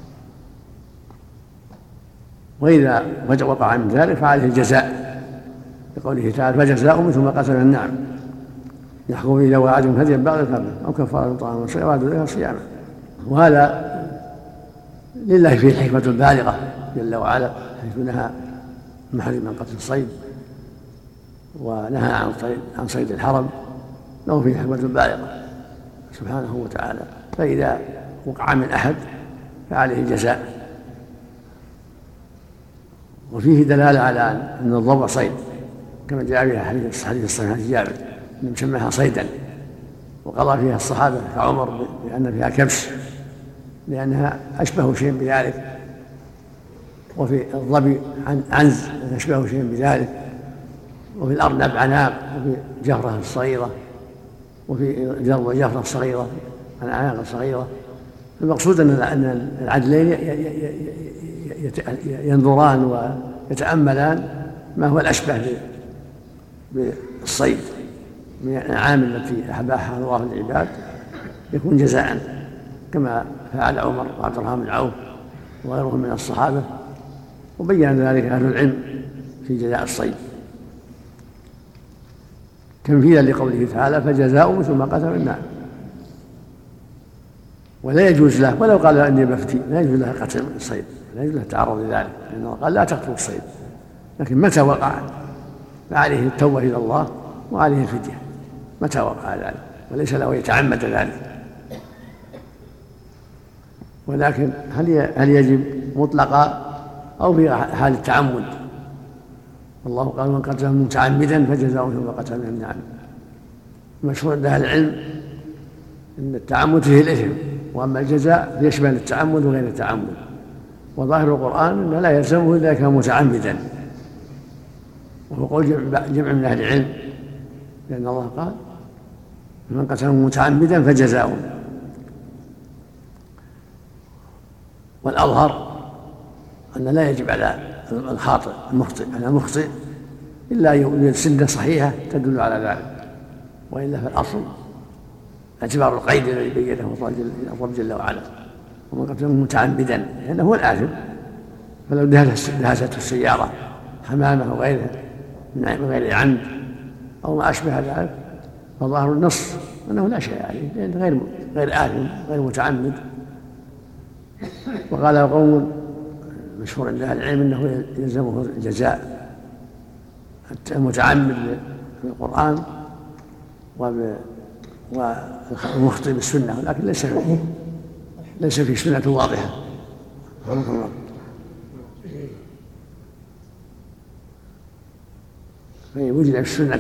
وإذا وقع من ذلك فعليه الجزاء، لقوله تعالى: فجزاء مثل ما قتل النعم يحكم به ذوى عدل هديا بالغ الكعبة أو كفارة طعام مسكين وعد ذلك صيامه. وهذا لله فيه الحكمة البالغة جل وعلا، حيث نهى المحرم عن قتل الصيد ونهى عن صيد الحرم، له فيه حكمة بالغة سبحانه وتعالى. فإذا وقع من أحد فعليه الجزاء. وفيه دلالة على أن الضبع صيد، كما جاء فيها حديث الصحيح عن جابر أنه سماها صيدا، وقضى فيها الصحابة كعمر بأن فيها كبش لأنها أشبه شيء بذلك، وفي الظبي عنز أشبه شيء بذلك، وفي الأرنب عناق، وفي جفرة الصغيرة، وفي جفرة صغيرة العناق الصغيرة. المقصود أن العدلين ينظران ويتأملان ما هو الأشبه بالصيد من الأنعام التي أحباها الله للعباد يكون جزاء، كما فعل عمر وعبد الرحمن بن عوف وغيرهم من الصحابة، وبين ذلك أهل العلم في جزاء الصيد تنفيذا لقوله تعالى فجزاء مثل ما قتل النعم. ولا يجوز له ولو قال اني بفتي لا يجوز له قتل الصيد، لا يجوز له التعرض لذلك، لانه قال لا تقتلوا الصيد، لكن متى وقع فعليه التوبه الى الله وعليه الفديه متى وقع ذلك، وليس له يتعمد ذلك. ولكن هل يجب مطلقا او في حال التعمد؟ الله قال من قتله متعمدا فجزاؤه مثل ما قتل من النعم. مشهور عند اهل العلم ان التعمد فيه الاثم، واما الجزاء يشمل التعمد وغير التعمد، وظاهر القران انه لا يلزمه الا كان متعمدا، وهو قول جمع من اهل العلم، لان الله قال من قتله متعمدا فجزاؤه. والاظهر ان لا يجب على الخاطئ المخطئ الا يوجد سنه صحيحه تدل على ذلك، والا فالاصل اعتبار القيد الذي بينه الله جل وعلا، ومن قتله متعمدا لانه هو الآثم. فلو دهسته السياره حمامه وغيرها من غير عمد او ما اشبه ذلك فظاهر النص انه لا شيء عليه، لانه غير آثم غير متعمد. وقال قوم مشهور عند اهل العلم انه يلزمه الجزاء المتعمد بالقران والمخطئ بالسنه، ولكن ليس في سنه واضحه. فوجد في السنه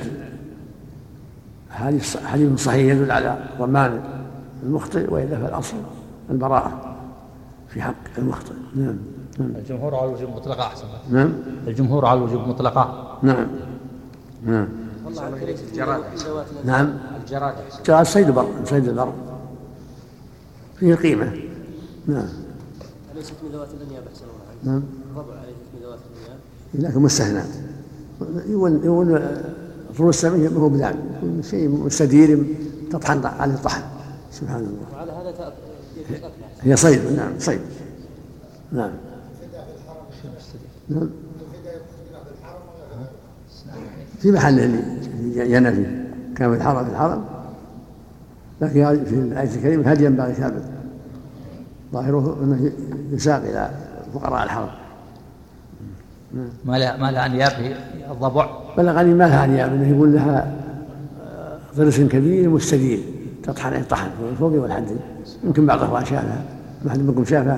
حديث صحيح يدل على ضمان المخطئ، والا فالاصل البراءه في حق المخطئ. نعم. الجمهور على الوجوب مطلقة أحسن. نعم. الجمهور على الوجوب مطلقة. نعم. نعم. الجراد. نعم. الجراد صيد البر فيه القيمة. نعم. أليست من ذوات الأنياب أحسن الله؟ نعم. الضبع أليست من ذوات الأنياب؟ لكن مستثنى. يقول فروس السمية هو بدان شيء مستدير تطحن عليه الطحن. سبحان الله. وعلى هذا هي صيد. نعم صيد. نعم. نعم. في محل اللي ينفي كان في الحرم، لكن في الآية الكريمة هديا ينبغي ثابت، ظاهره أنه يساق إلى فقراء الحرم. ما لها أنياب هي الضبع؟ بلغني ما لها أنياب، أنه يقول لها ضرس كبير مستدير تطحن الطحن فوق والحد، يمكن بعض الأخوان شافها، ما حد منكم شافها.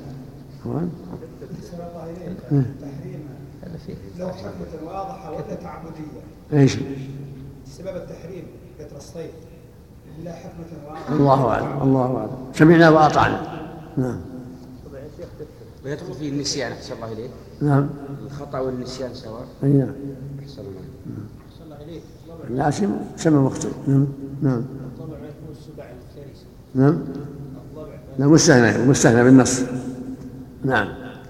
لو حكمة واضحة ولا تعبدية؟ ايش؟ سبب التحريم كثرة الصيد لا حكمة واضحة. الله أعلم. الله أعلم. سمعنا وأطعنا. نعم. ويدخل فيه النسيان أحسن الله إليه. نعم. الخطأ والنسيان سواء. أي نعم. أحسن الله إليك. العاشم سمى مخطئ. نعم. نعم. الضبع يكون السبع الفارسي. نعم. لا مستثنى بالنص. نعم.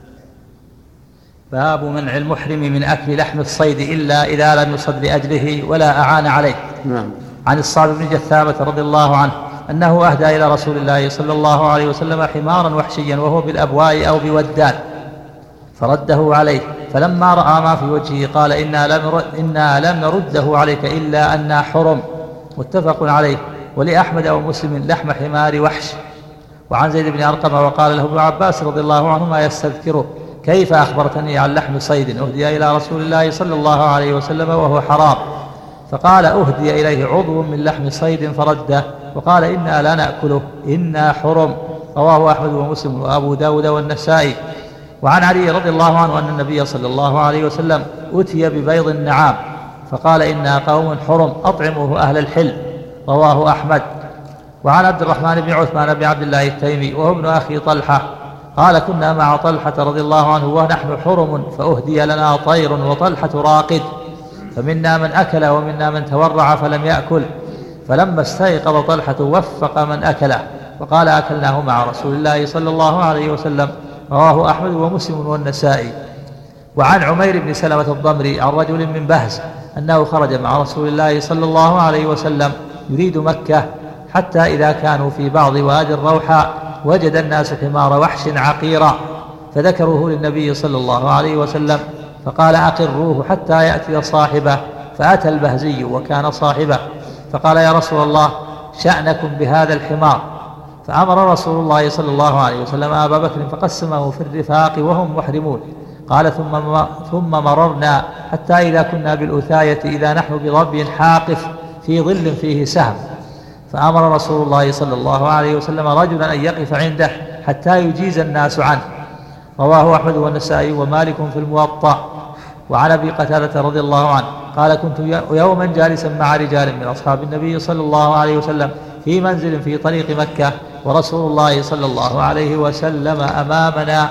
باب منع المحرم من أكل لحم الصيد إلا إذا لم يصد لأجله ولا أعان عليه. نعم. عن الصعب بن جثامة رضي الله عنه أنه أهدى إلى رسول الله صلى الله عليه وسلم حمارا وحشيا وهو بالأبواء أو بودان فرده عليه، فلما رأى ما في وجهه قال إنا لم نرده عليك إلا أننا حرم. متفق عليه. ولأحمد أو مسلم لحم حمار وحش. وعن زيد بن أرقم وقال له ابن عباس رضي الله عنهما يستذكره كيف أخبرتني عن لحم صيد أهدي إلى رسول الله صلى الله عليه وسلم وهو حرام؟ فقال أهدي إليه عضو من لحم صيد فرده، وقال إنا لا نأكله إنا حرم. رواه أحمد ومسلم وأبو داود والنسائي. وعن علي رضي الله عنه أن النبي صلى الله عليه وسلم أتي ببيض النعام فقال إنا قوم حرم أطعموه أهل الحل. رواه أحمد. وعن عبد الرحمن بن عثمان بن عبد الله التيمي وهو ابن أخي طلحة قال كنا مع طلحة رضي الله عنه ونحن حرم فأهدي لنا طير وطلحة راقد، فمنا من أكل ومنا من تورع فلم يأكل، فلما استيقظ طلحة وفق من أكله وقال أكلناه مع رسول الله صلى الله عليه وسلم رواه أحمد ومسلم والنسائي. وعن عمير بن سلمة الضمري عن رجل من بهز أنه خرج مع رسول الله صلى الله عليه وسلم يريد مكة، حتى إذا كانوا في بعض وادي الروحاء وجد الناس حمار وحش عقيرا، فذكروه للنبي صلى الله عليه وسلم، فقال أقروه حتى يأتي صاحبه. فأتى البهزي وكان صاحبه، فقال يا رسول الله شأنكم بهذا الحمار؟ فأمر رسول الله صلى الله عليه وسلم أبا بكر فقسمه في الرفاق وهم محرمون. قال ثم مررنا حتى إذا كنا بالأثاية إذا نحن بضب حاقف في ظل فيه سهم، فأمر رسول الله صلى الله عليه وسلم رجلا أن يقف عنده حتى يجيز الناس عنه. رواه أحمد والنسائي ومالك في الموطأ. وعن أبي قتادة رضي الله عنه قال كنت يوما جالسا مع رجال من أصحاب النبي صلى الله عليه وسلم في منزل في طريق مكة، ورسول الله صلى الله عليه وسلم أمامنا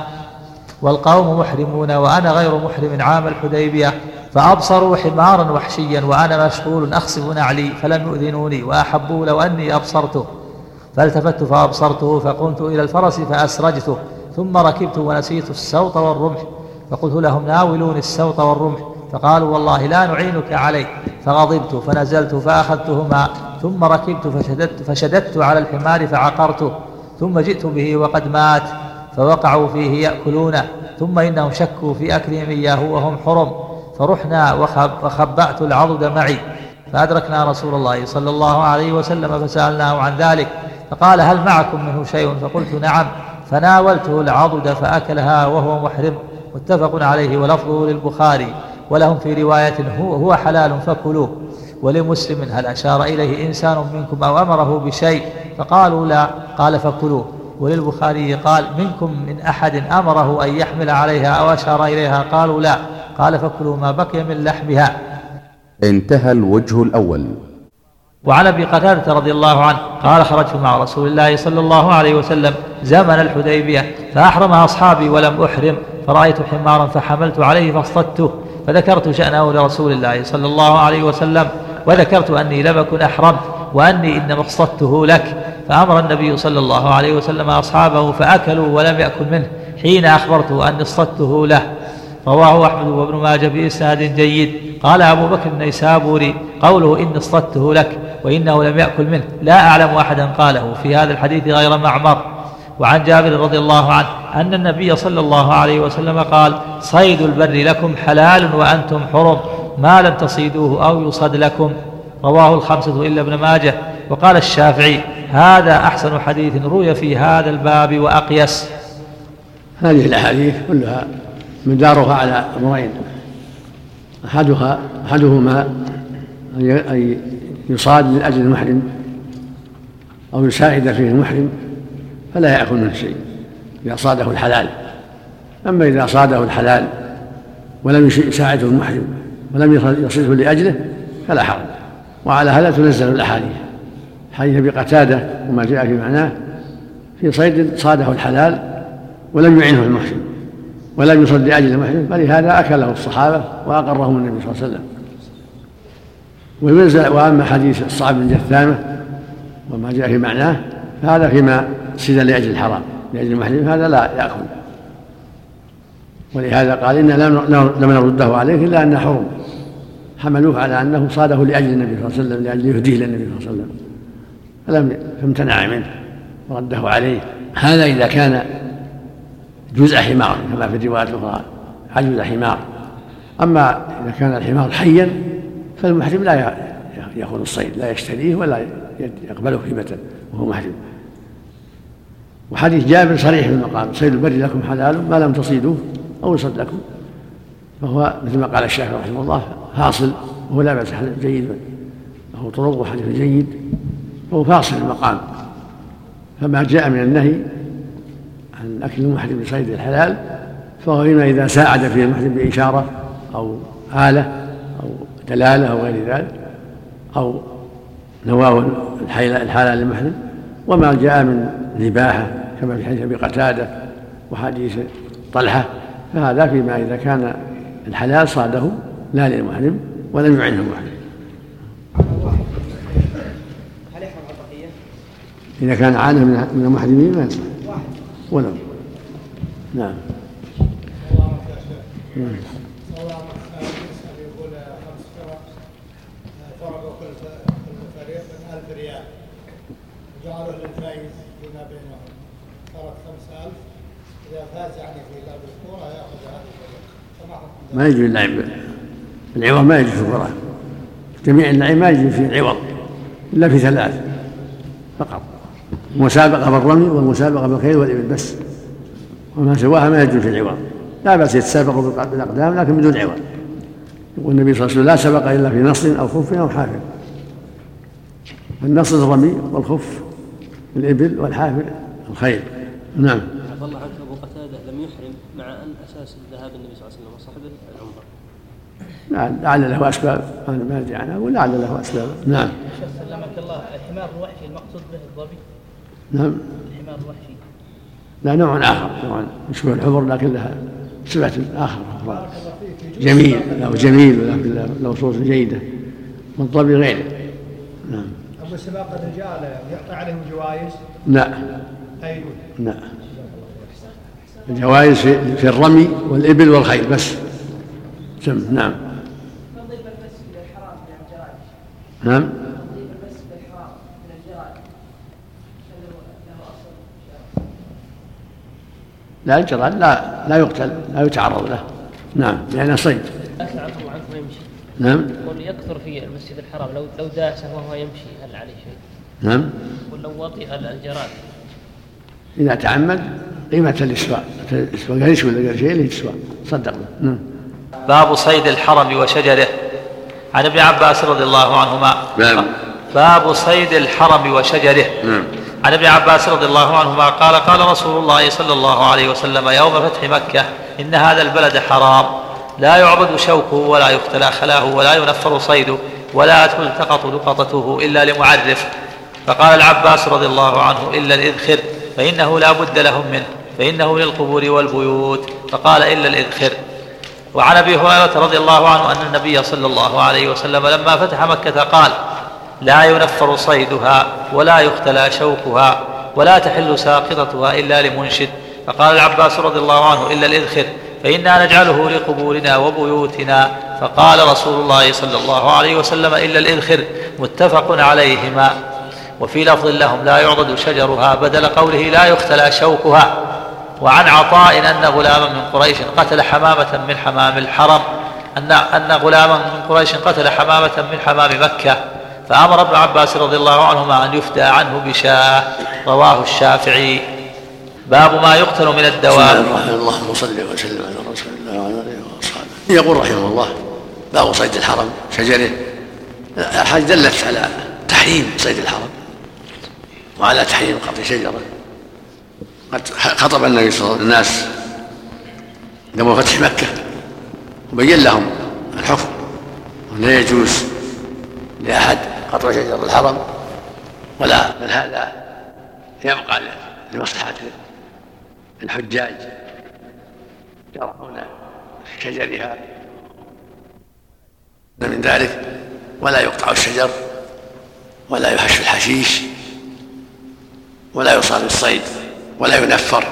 والقوم محرمون وأنا غير محرم عام الحديبية، فأبصروا حمارا وحشيا وأنا مشغول أخصف نعلي فلم يؤذنوني، وأحبوا لو أني أبصرته، فالتفت فأبصرته فقمت إلى الفرس فأسرجته، ثم ركبت ونسيت السوط والرمح، فقلت لهم ناولوني السوط والرمح، فقالوا والله لا نعينك عليه، فغضبت فنزلت فأخذتهما، ثم ركبت فشددت على الحمار فعقرته، ثم جئت به وقد مات، فوقعوا فيه يأكلونه، ثم إنهم شكوا في أكلهم إياه وهم حرم، فرحنا وخبأت العضد معي، فأدركنا رسول الله صلى الله عليه وسلم فسألناه عن ذلك، فقال هل معكم منه شيء؟ فقلت نعم، فناولته العضد فأكلها وهو محرم. متفق عليه ولفظه للبخاري، ولهم في رواية هو حلال فكلوه. ولمسلم هل أشار إليه إنسان منكم أو أمره بشيء؟ فقالوا لا، قال فكلوه. وللبخاري قال منكم من أحد أمره أن يحمل عليها أو أشار إليها؟ قالوا لا، قال فكلوا ما بقي من لحمها. انتهى الوجه الأول. وعن أبي قتادة رضي الله عنه قال خرجت مع رسول الله صلى الله عليه وسلم زمن الحديبية، فأحرم أصحابي ولم أحرم، فرأيت حمارا فحملت عليه فاصطدته، فذكرت شأنه لرسول الله صلى الله عليه وسلم، وذكرت أني لم أكن أحرمت وأني إنما اصطدته لك، فأمر النبي صلى الله عليه وسلم أصحابه فأكلوا ولم يأكل منه حين أخبرته أني اصطدته له. رواه أحمد وابن ماجه بإسناد جيد. قال أبو بكر النيسابوري قوله إني اصطدته لك وإنه لم يأكل منه لا أعلم أحدا قاله في هذا الحديث غير معمر. وعن جابر رضي الله عنه أن النبي صلى الله عليه وسلم قال صيد البر لكم حلال وأنتم حرم ما لم تصيدوه أو يصد لكم. رواه الخمسة إلا ابن ماجه. وقال الشافعي هذا أحسن حديث روي في هذا الباب وأقيس. هذه الأحاديث كلها مدارها على أمرين، أحدهما أن يصاد من أجل المحرم أو يساعد فيه المحرم فلا يأكل منه شيء إذا صاده الحلال. أما إذا صاده الحلال ولم يساعده المحرم ولم يصيده لأجله فلا حرج. وعلى هذا تنزل الأحاديث، حديث أبي قتادة وما جاء في معناه في صيد صاده الحلال ولم يعنه المحرم ولم يصد لأجل المحرم، فلهذا أكله الصحابة وأقرهم النبي صلى الله عليه وسلم. وأما حديث الصعب بن جثامة وما جاء في معناه فهذا فيما صيد لأجل الحرام لأجل المحرم هذا لا يأكل، ولهذا قال إنا لم نرده عليه إلا أنه حرم، حملوه على أنه صاده لأجل النبي صلى الله عليه وسلم لأجل يهديه للنبي صلى الله عليه وسلم فامتنع منه ورده عليه. هذا إذا كان جزء حمار كما في الروايات الأخرى عجوز حمار. أما إذا كان الحمار حيا فالمحرم لا يأخذ الصيد، لا يشتريه ولا يقبله هبة وهو محرم. وحديث جابر صريح في المقام صيد البر لكم حلال ما لم تصيدوه أو يصد لكم، فهو مثل ما قال الشافعي رحمه الله حاصل وهو لا بأس حديث جيد له طرق وحديث جيد فهو فاصل المقام. فما جاء من النهي عن أكل المحرم بصيد الحلال فهو فيما إذا ساعد فيه المحرم بإشارة أو آلة أو دلالة أو غير ذلك أو نواه الحلال للمحرم. وما جاء من الإباحة كما في حديث أبي قتادة وحديث طلحة فهذا فيما إذا كان الحلال صاده لا للمحرم ولم يعنه المحرم. إذا كان عانه من المحرمين ما يصح ولو نعم. يقول 5 فرق فرقوا كل فريق من 1000 ريال وجعلوا للفائز فيما بينهم صارت 5000 إذا فاز يعني في لعب الكورة يأخذ هذا الفريق. ما يجوز اللعب العوض، ما يجوز في الكرة، جميع اللعب ما يجوز في العوض إلا في 3 فقط: مسابقة بالرمي والمسابقة بالخيل والإبل بس، وما سواها ما يجوز في العوض. لا بأس يتسابقوا بالأقدام لكن بدون عوض. يقول النبي صلى الله عليه وسلم: لا سبق إلا في نص أو خف أو حافر. النص الرمي والخف الإبل والحافر الخيل. نعم. عفى الله عنك، أبو قتادة لم يحرم مع أن أساس الذهاب النبي صلى الله عليه وسلم وصحبه العمرة. لعل له أسباب، أنا ما أدري عنها، ولعل له أسباب. نعم. سلمك الله، الحمار الوحشي المقصود به الظبي؟ نعم. الحمار الوحشي لا، نوع آخر، نوع يشبه الحمر لكن لها صفة آخر، جميل، له جميل ولكن له صوت جيدة، والظبي غيره. نعم. أبو سباق الرجال يقطع عليهم جوائز؟ لا. أيوه. لا، الجوائز في الرمي والإبل والخيل بس. نعم. نعم. لا، الجراد لا يقتل، لا يتعرض له. نعم، لأنه صيد. عنه يمشي. نعم. يقول يكثر في المسجد الحرام، لو داسه وهو يمشي هل عليه شيء؟ نعم. يقول لو وطئ الجراد إذا تعمد قيمة الإسواء، قال يسوى ولا قال شيء اللي يسوى صدق. نعم. باب صيد الحرم وشجره. عن ابن عباس رضي الله عنهما. باب صيد الحرم وشجره. عن ابن عباس رضي الله عنهما قال: قال رسول الله صلى الله عليه وسلم يوم فتح مكة: إن هذا البلد حرام، لا يعبد شوكه ولا يختلى خلاه ولا ينفر صيده ولا تلتقط لقطته إلا لمعرف. فقال العباس رضي الله عنه: إلا الإذخر فإنه لا بد لهم منه، فإنه للقبور والبيوت. فقال: إلا الإذخر. وعن أبي هريرة رضي الله عنه أن النبي صلى الله عليه وسلم لما فتح مكة قال: لا ينفر صيدها ولا يختلى شوكها ولا تحل ساقطتها إلا لمنشد. فقال العباس رضي الله عنه: إلا الإذخر فإنا نجعله لقبورنا وبيوتنا. فقال رسول الله صلى الله عليه وسلم: إلا الإذخر. متفق عليهما. وفي لفظ لهم: لا يعضد شجرها، بدل قوله لا يختلى شوكها. وعن عطاء أن غلاما من قريش قتل حمامة من حمام الحرم، أن غلاما من قريش قتل حمامة من حمام مكة، فأمر ابن عباس رضي الله عنهما أن يفدى عنه بشاة. رواه الشافعي. باب ما يقتل من الدواب. اللهم صل وسلم على رسول الله وعلى آله وأصحابه. يقول رحمه الله: باب صيد الحرم شجره. الحديث دلت على تحريم صيد الحرم وعلى تحريم قطع شجره. قد خطب النبي صلى الله عليه وسلم الناس قبل فتح مكة وبين لهم الحكم، ولا يجوز لأحد قطع شجر الحرم، ولا بل هذا يبقى لمصلحة الحجاج يرعون في شجرها من ذلك، ولا يقطع الشجر ولا يحش الحشيش ولا يصاد الصيد ولا ينفر.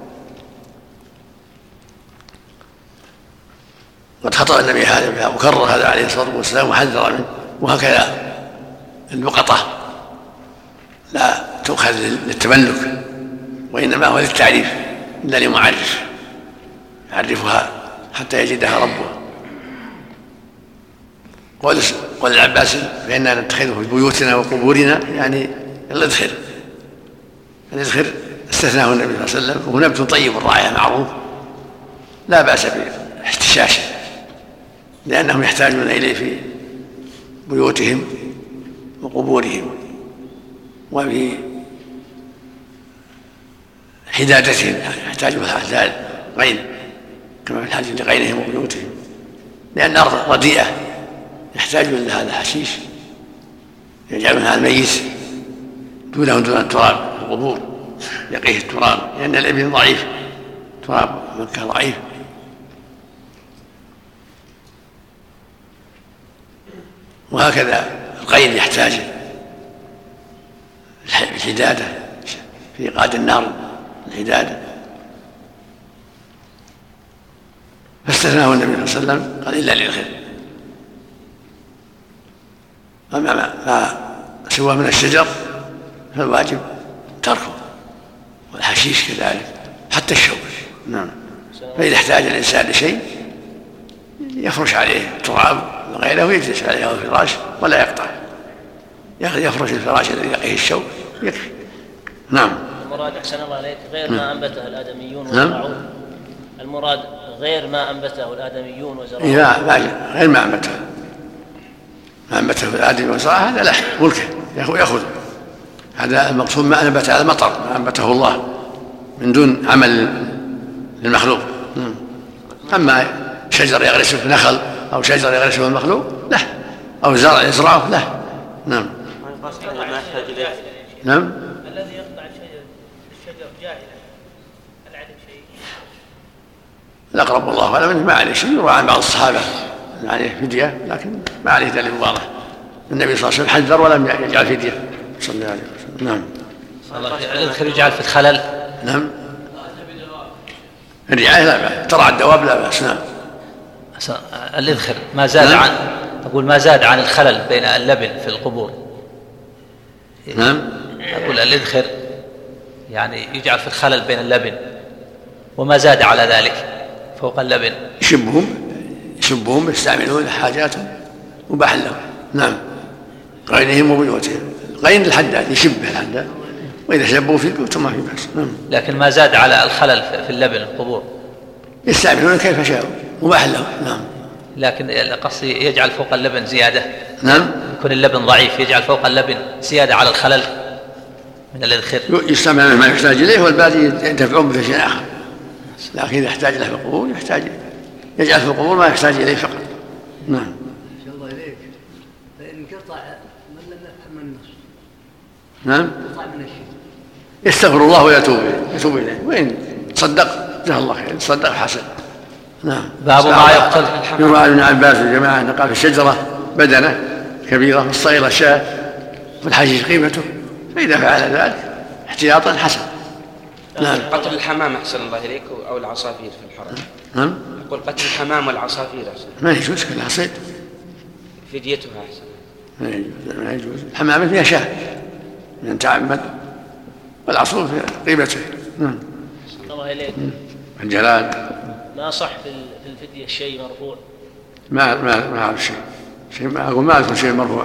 قد خطأ النبي هذا وكرر هذا عليه الصلاة والسلام وحذر منه. وهكذا اللقطة لا تؤخذ للتملك، وإنما هو للتعريف إلا لمعرف يعرفها حتى يجدها ربها. قال العباس: فإننا نتخذه في بيوتنا وقبورنا، يعني الإذخر. الإذخر استثناه النبي صلى الله عليه وسلم، وهو نبت طيب الرائحة معروف لا بأس باحتشاشه، لأنهم يحتاجون إليه في بيوتهم وقبورهم وفي حدادتهم، يحتاجون حداد غين كما في الحديث لغيرهم وبيوتهم، لأن الأرض رديئة يحتاجون لهذا الحشيش، يجعلونها الميت دون التراب. القبور يقيه التراب، لأن الإبل ضعيف، تراب مكة ضعيف. وهكذا القين يحتاج الحدادة في إيقاد النار، الحدادة فاستثناه النبي صلى الله عليه وسلم قال إلا للخير. أما ما سوى من الشجر فالواجب تركه، والحشيش كذلك حتى الشوك. نعم. فإذا احتاج الإنسان لشيء يفرش عليه تراب وغيره ويجلس عليه أو الفراش ولا يقطع، يفرش الفراش الذي يقيه الشوك يكفي. نعم. المراد أحسن الله عليك غير ما أنبته الآدميون وزرعوه. المراد غير ما أنبته الآدميون وزرعوه. لا غير ما أنبته الآدمي وزرعه هذا له ملكه يأخذ. هذا المقصود ما أنبت على المطر، ما أنبته الله من دون عمل للمخلوق. أما شجر يغرسه في نخل أو شجر يغرسه في المخلوق له، أو زرع يزرعه له. نعم. نعم. الذي يقطع الشجر جاهلا هل عليه شيء؟ الأقرب والله أعلم ما عليه شيء، يروى عن بعض الصحابة عليه فدية لكن ما عليه دليل واضح. النبي صلى الله عليه وسلم حذر ولم يجعل فدية صلى الله عليه وسلم. نعم. يذكر يجعل في الخلل. نعم. الرعاية لا بأس، ترعى الدواب لا بأس. نعم. الإذخر ما زاد عن أقول ما زاد عن الخلل بين اللبن في القبور. نعم. أقول الإذخر يعني يجعل في الخلل بين اللبن وما زاد على ذلك فوق اللبن. يشبهم يستعملون حاجاتهم مباح لهم. نعم. غيرهم وبيوتهم. غير الحداد يشبه الحداد، وإذا شبوا في البيوت ما في بأس. نعم. لكن ما زاد على الخلل في اللبن القبور يستعملون كيف شاءوا مباح لهم. نعم. لكن قصدي يجعل فوق اللبن زيادة. نعم. يكون اللبن ضعيف يجعل فوق اللبن زيادة على الخلل من الإذخر. يستعمل ما يحتاج إليه والباقي ينتفعون به شيء آخر، لكن إذا احتاج له في القبور يجعل في القبور ما يحتاج إليه فقط. نعم. شاء الله إليك. فإن قطع من لم يفهم النص. نعم. قطع من الشيء يستغفر الله ويتوب إليه، وإن صدق جزاه الله خير، صدق حسن. نعم. باب ما يقتل. يروى عن ابن عباس والجماعة أن قال في الشجرة بدنة كبيرة والصغيرة شاة والحشيش قيمته، فإذا فعل ذلك احتياطا حسن. نعم. قتل الحمام أحسن الله إليك أو العصافير في الحرم. نعم. يقول قتل الحمام والعصافير أحسن. ما يجوز كلها صيد. فديتها أحسن. ما يجوز. الحمام فيها شاة من تعمد، والعصفور في قيمته. نعم. الله إليك. الجلال. ما صح في الفدية شيء مرفوع. ما أعرف شيء ما أذكر شيء مرفوع.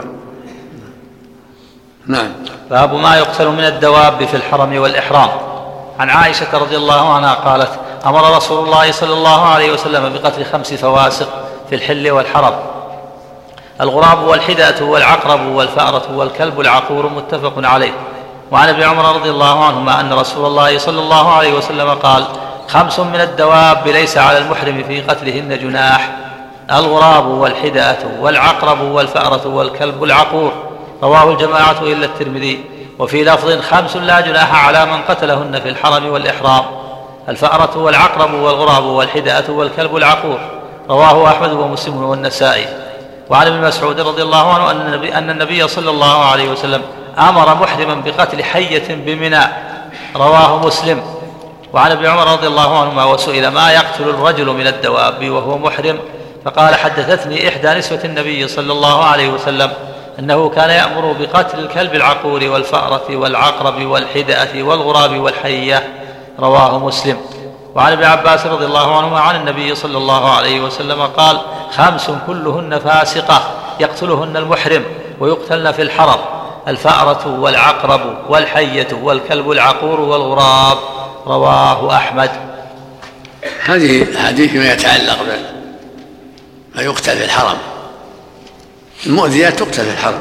نعم. باب ما يقتل من الدواب في الحرم والإحرام. عن عائشة رضي الله عنها قالت: أمر رسول الله صلى الله عليه وسلم بقتل 5 فواسق في الحل والحرم: الغراب والحدأة والعقرب والفأرة والكلب العقور، متفق عليه. وعن ابن عمر رضي الله عنهما أن رسول الله صلى الله عليه وسلم قال: 5 من الدواب ليس على المحرم في قتلهن جناح: الغراب والحدأة والعقرب والفأرة والكلب العقور. رواه الجماعة إلا الترمذي. وفي لفظ: 5 لا جناح على من قتلهن في الحرم والإحرام: الفأرة والعقرب والغراب والحدأة والكلب العقور. رواه أحمد ومسلم والنسائي. وعن ابن مسعود رضي الله عنه أن النبي صلى الله عليه وسلم أمر محرما بقتل حية بمنى. رواه مسلم. وعن ابن عمر رضي الله عنهما: وسئل ما يقتل الرجل من الدواب وهو محرم، فقال: حدثتني إحدى نسوة النبي صلى الله عليه وسلم أنه كان يأمر بقتل الكلب العقور والفأرة والعقرب والحدأة والغراب والحية. رواه مسلم. وعن ابن عباس رضي الله عنهما عن النبي صلى الله عليه وسلم قال: 5 كلهن فاسقة يقتلهن المحرم ويقتلن في الحرم: الفأرة والعقرب والحية والكلب العقور والغراب. رواه أحمد. هذه الحديث فيما يتعلق بما يقتل في الحرم. المؤذيات تقتل في الحرم،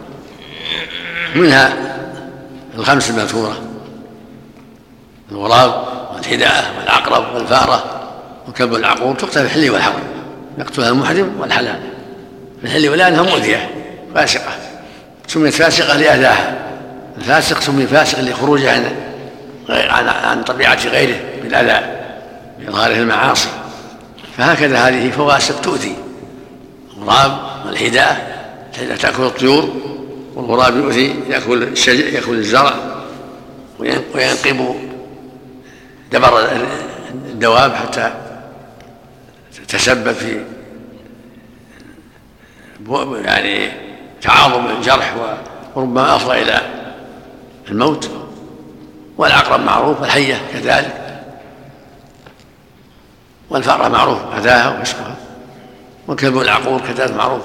منها 5 المذكورة: الغراب والحداءة والعقرب والفارة وكلب العقور، تقتل في الحل والحرم، يقتلها المحرم والحلال. في الحل ولأنها مؤذية فاسقة، سميت فاسقة لأذاها. الفاسق سمي فاسق لخروجه عن طبيعة غيره بالأذى بإظهاره المعاصي. فهكذا هذه فواسق تؤذي: الغراب والحداءة تأكل الطيور، والغراب يؤذي يأكل الشجر يأكل الزرع وينقب دبر الدواب حتى تسبب في يعني تعاظم الجرح وربما أفضى إلى الموت. والعقرب معروف، والحية كذلك، والفأرة معروف أذاها وفسقها، والكلب العقور كذلك معروف.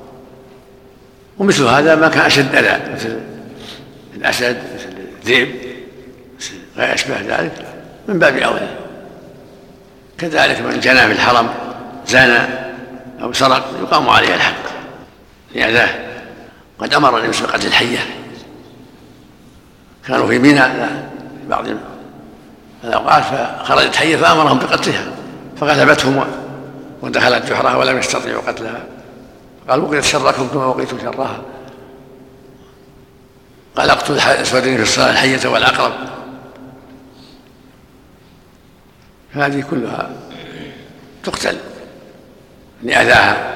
ومثل هذا ما كان أشد أذى مثل الأسد، مثل الذئب، غير أشبه ذلك من باب أولى. كذلك من جنى في الحرم زنى أو سرق يقام عليه الحد لأذاه. قد أمر النبي بقتل الحية، كانوا في منى في بعض الأوقات فخرجت حية فأمرهم بقتلها فغلبتهم ودخلت جحرها ولم يستطيعوا قتلها، قال وقيت شركم كما وقيتم شرها. قال اقتل الأسودين في الصلاة الحية والعقرب. هذه كلها تقتل لأذاها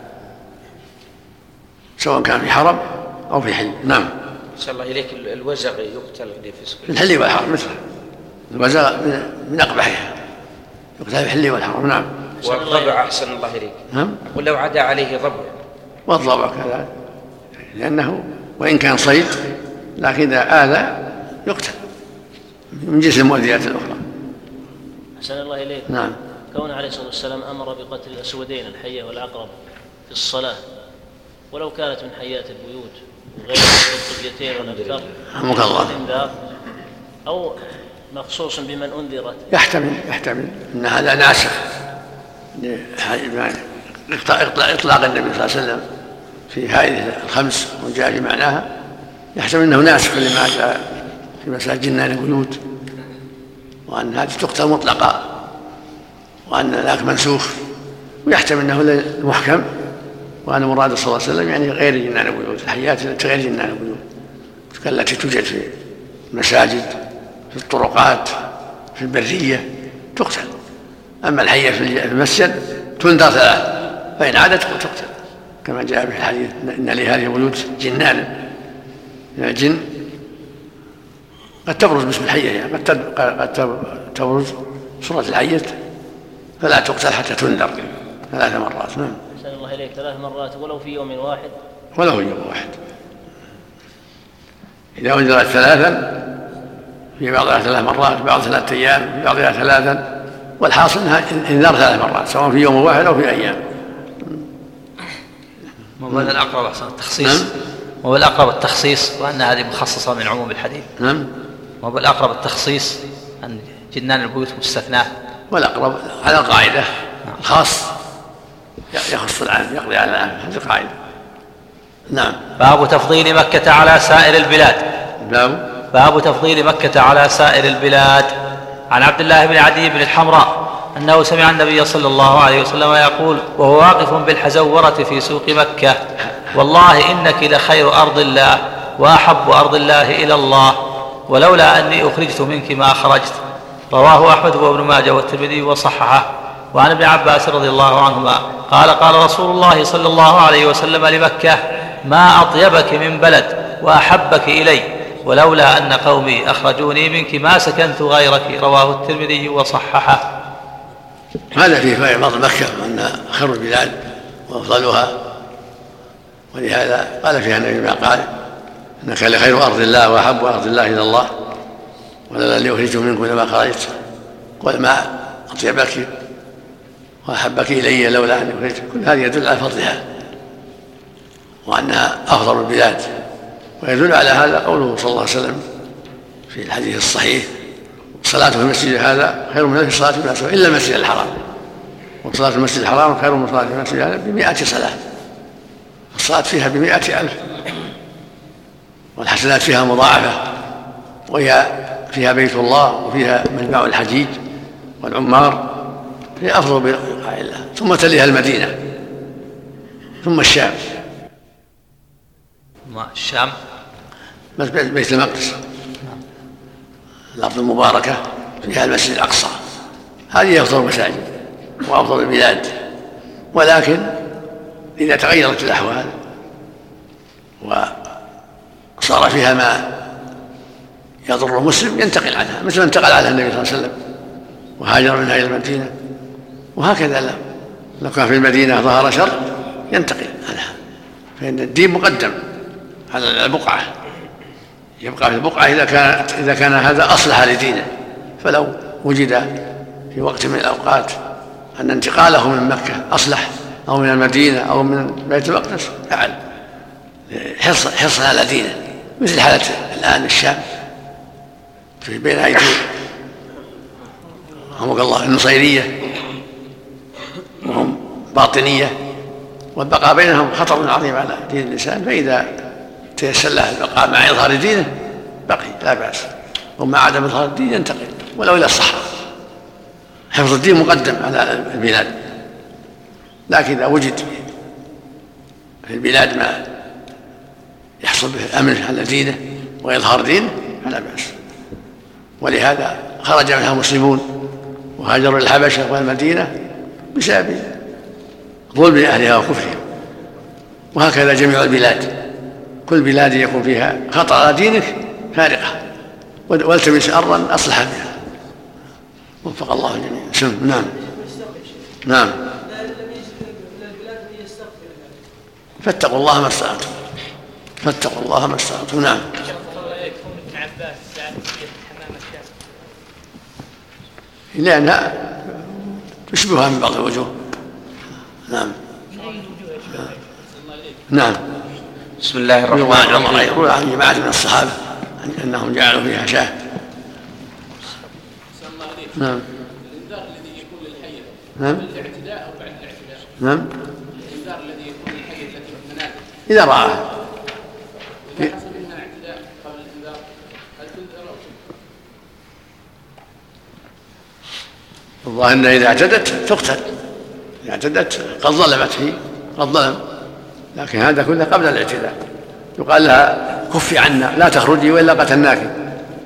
سواء كان في حرم أو في حل. نعم. صلى الله إليك. الوزغ يقتل لفسق في الحل والحرم مثله، الوزغ من أقبحها يقتل في الحل والحرم. نعم. والضبع أحسن الله إليك. نعم. ولو عدا عليه ضبع. والضبع كذلك، لأنه وإن كان صيد لكن إذا آذى يقتل من جنس المؤذيات الأخرى. أحسن الله إليك. نعم. كونه عليه الصلاة والسلام أمر بقتل الأسودين الحية والعقرب في الصلاة ولو كانت من حيات البيوت وغير القبيتين والأبكار أو مخصوص بمن أنذرت. يحتمل أن هذا ناسخ إطلاق النبي صلى الله عليه وسلم في هذه الخمس وجاء في معناها، يحتمل أنه ناسخ لما جاء في مساجد جنان البيوت، وأن هذه تقتل مطلقة وأن ذاك منسوخ، ويحتمل أنه المحكم وأن مراد صلى الله عليه وسلم يعني غير جنان البيوت، الحيات التي غير جنان البيوت التي توجد في المساجد في الطرقات في البرية تقتل. أما الحية في المسجد تنذر 3 فإن عادت تقتل كما جاء في الحديث إن لهذه البيوت جنان، الجن قد تبرز باسم الحية يعني قد تبرز صورة الحية فلا تقتل حتى تنذر 3 مرات. نعم. أحسن الله إليك. 3 مرات ولو في يوم واحد. ولو في يوم واحد. إذا أنذرت 3 في بعضها 3 مرات، في بعضها 3 أيام، في بعضها 3، والحاصل أنها انذار 3 مرات سواء في يوم واحد أو في أيام. وهذا الأقرب أحسن التخصيص. وهو الأقرب التخصيص وأن هذه مخصصة من عموم الحديث. نعم. وهو الأقرب التخصيص أن جنان البيوت مستثناة. والأقرب على القاعدة الخاص يخص العام يقضي على العام، هذه القاعدة. نعم. باب تفضيل مكة على سائر البلاد. باب تفضيل مكة على سائر البلاد. عن عبد الله بن عدي بن الحمراء أنه سمع النبي صلى الله عليه وسلم يقول وهو واقف بالحزورة في سوق مكة والله إنك لخير أرض الله وأحب أرض الله إلى الله ولولا أني أخرجت منك ما خرجت. رواه أحمد وابن ماجه والترمذي وصححه. وعن ابن عباس رضي الله عنهما قال قال رسول الله صلى الله عليه وسلم لمكة ما أطيبك من بلد وأحبك إلي ولولا أن قومي أخرجوني منك ما سكنت غيرك. رواه الترمذي وصححه. هذا فيه فضل مكة وأن خير البلاد وأفضلها، ولهذا قال فيها النبي ما قال إنك لخير أرض الله وأحب أرض الله إلى الله ولولا أني أخرجت منكم لما خرجت. قل ما أطيبك وأحبك إلي لولا أني أخرجت. كل هذه يدل على فضلها وأنها أفضل البلاد. ويدل على هذا قوله صلى الله عليه وسلم في الحديث الصحيح صلاة في المسجد هذا خير من ألف صلاة في إلا المسجد الحرام، وصلاة المسجد الحرام خير من صلاة المسجد هذا ب100 صلاة، الصلاة فيها ب100,000 والحسنات فيها مضاعفة، وهي فيها بيت الله وفيها مجمع الحجيج والعمار، هي أفضل بقاع الله. ثم تليها المدينة ثم الشام. الشام بيت المقدس الأرض المباركة فيها المسجد الأقصى، هذه أفضل المساجد وأفضل البلاد. ولكن إذا تغيرت الأحوال وصار فيها ما يضر المسلم ينتقل عنها، مثل ما انتقل عنها النبي صلى الله عليه وسلم وهاجر منها إلى المدينة، وهكذا لو كان في المدينة ظهر شر ينتقل عنها، فإن الدين مقدم على البقعة، يبقى في البقعة إذا كان هذا أصلح لدينه. فلو وجد في وقت من الأوقات أن انتقاله من مكة أصلح أو من المدينة أو من بيت المقدس فعل حرصا على دينه، مثل حالة الآن الشام في بين أيدي رحمك الله النصيرية وهم باطنية، والبقاء بينهم خطر عظيم على دين الإنسان، فإذا تيسر له البقاء مع إظهار دينه بقي لا بأس، ومع عدم إظهار الدين ينتقل ولو إلى الصحراء. حفظ الدين مقدم على البلاد، لكن إذا وجد في البلاد ما يحصل به الأمن على دينه وإظهار دينه فلا بأس. ولهذا خرج منها المسلمون وهاجروا إلى الحبشة والمدينة بسبب ظلم أهلها وكفرهم، وهكذا جميع البلاد، كل بلاد يكون فيها خطر على دينك فارقة والتمس أرضا أصلح بها. وفق الله الجميع. نعم نعم. فاتقوا الله ما استطعتم، فاتقوا الله ما استطعتم. نعم. لأنها تشبهها من بعض الوجوه. نعم نعم. بسم الله الرحمن الرحيم. يروى عن جماعة من الصحابة أنهم جعلوا فيها شاة. نعم. الإنذار الذي يكون للحية نعم. قبل الاعتداء أو بعد الاعتداء؟ نعم. الإنذار الذي يكون للحية التي في المنازل إذا رآها. إذا حصل منها اعتداء قبل الإنذار هل تنذر أو تنذر؟ الظاهر أنها إذا اعتدت تقتل، إذا اعتدت قد ظلمت فيه قد ظلم، لكن هذا كله قبل الاعتداء. يقال لها كفي عنا لا تخرجي وإلا قتلناك.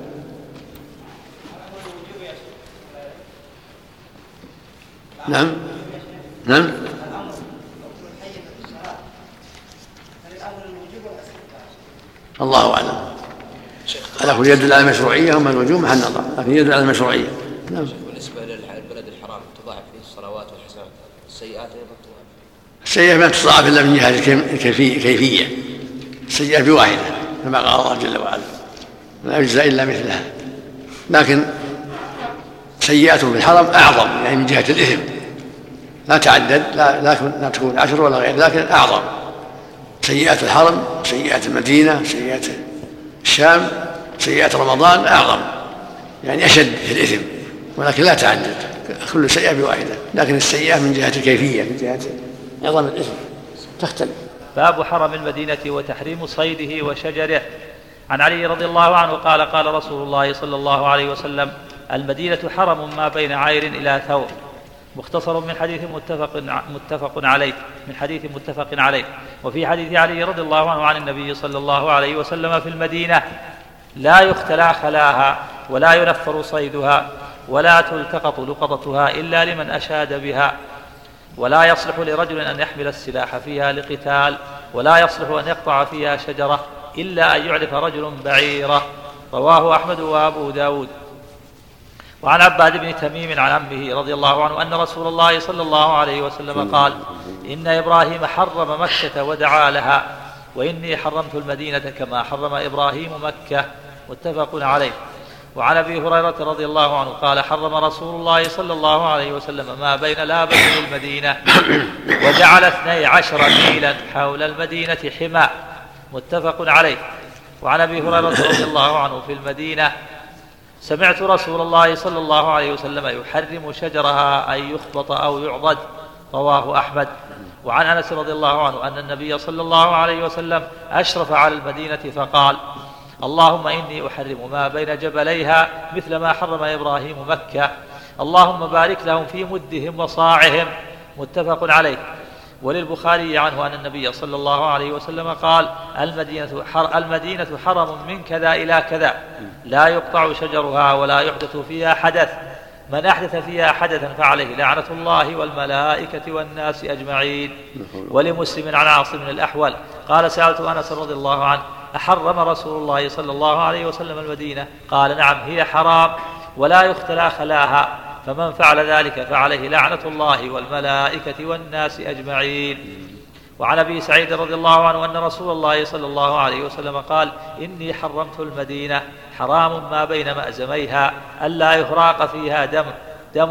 نعم نعم. الله أعلم. على كل يدل على المشروعية، وما الوجوب محل نظر، لكن يدل على المشروعية. نعم. بالنسبة للبلد الحرام تضاعف فيه الصلوات والحسنات، السيئات أيضا تضاعف؟ السيئة ما تضاعف إلا من جهة الكيفية، السيئة بواحدة كما قال الله جل وعلا لا يجزى إلا مثلها، لكن سيئاته في الحرم أعظم يعني من جهة الإثم، لا تعدد، لا تكون 10 ولا غير، لكن أعظم. سيئات الحرم، سيئات المدينة، سيئات الشام، سيئات رمضان أعظم يعني أشد في الإثم، ولكن لا تعدد، كل سيئة بواحدة، لكن السيئة من جهة الكيفية من جهة عظم الإثم تختلف. باب حرم المدينة وتحريم صيده وشجره. عن علي رضي الله عنه قال قال رسول الله صلى الله عليه وسلم: المدينة حرم ما بين عير إلى ثور. مختصر من حديث متفق عليه. وفي حديث علي رضي الله عنه عن النبي صلى الله عليه وسلم: في المدينة لا يختلى خلاها ولا ينفر صيدها ولا تلتقط لقطتها إلا لمن أشاد بها، ولا يصلح لرجل أن يحمل السلاح فيها لقتال، ولا يصلح أن يقطع فيها شجرة إلا أن يعرف رجل بعيرة. رواه أحمد وأبو داود. وعن عباد بن تميم عن عمه رضي الله عنه أن رسول الله صلى الله عليه وسلم قال: إن إبراهيم حرم مكة ودعا لها، وإني حرمت المدينة كما حرم إبراهيم مكة. متفق عليه. وعن أبي هريرة رضي الله عنه قال: حرم رسول الله صلى الله عليه وسلم ما بين لابة والمدينة، وجعل 12 ميلا حول المدينة حمى. متفق عليه. وعن أبي هريرة رضي الله عنه في المدينة: سمعت رسول الله صلى الله عليه وسلم يحرم شجرها أن يخبط أو يعضد. رواه أحمد. وعن أنس رضي الله عنه أن النبي صلى الله عليه وسلم أشرف على المدينة فقال: اللهم إني أحرم ما بين جبليها مثل ما حرم إبراهيم مكة، اللهم بارك لهم في مدهم وصاعهم. متفق عليه. وللبخاري عنه أن النبي صلى الله عليه وسلم قال: المدينة حرم من كذا إلى كذا، لا يقطع شجرها ولا يحدث فيها حدث، من أحدث فيها حدثا فعليه لعنة الله والملائكة والناس أجمعين. ولمسلم عن عاصم الأحول قال: سألت أنس رضي الله عنه: أحرم رسول الله صلى الله عليه وسلم المدينة؟ قال: نعم، هي حرام ولا يختلى خلاها. فمن فعل ذلك فعليه لعنة الله والملائكة والناس أجمعين. وعن أبي سعيد رضي الله عنه أن رسول الله صلى الله عليه وسلم قال: إني حرمت المدينة حرام ما بين مأزميها ألا يهراق فيها دم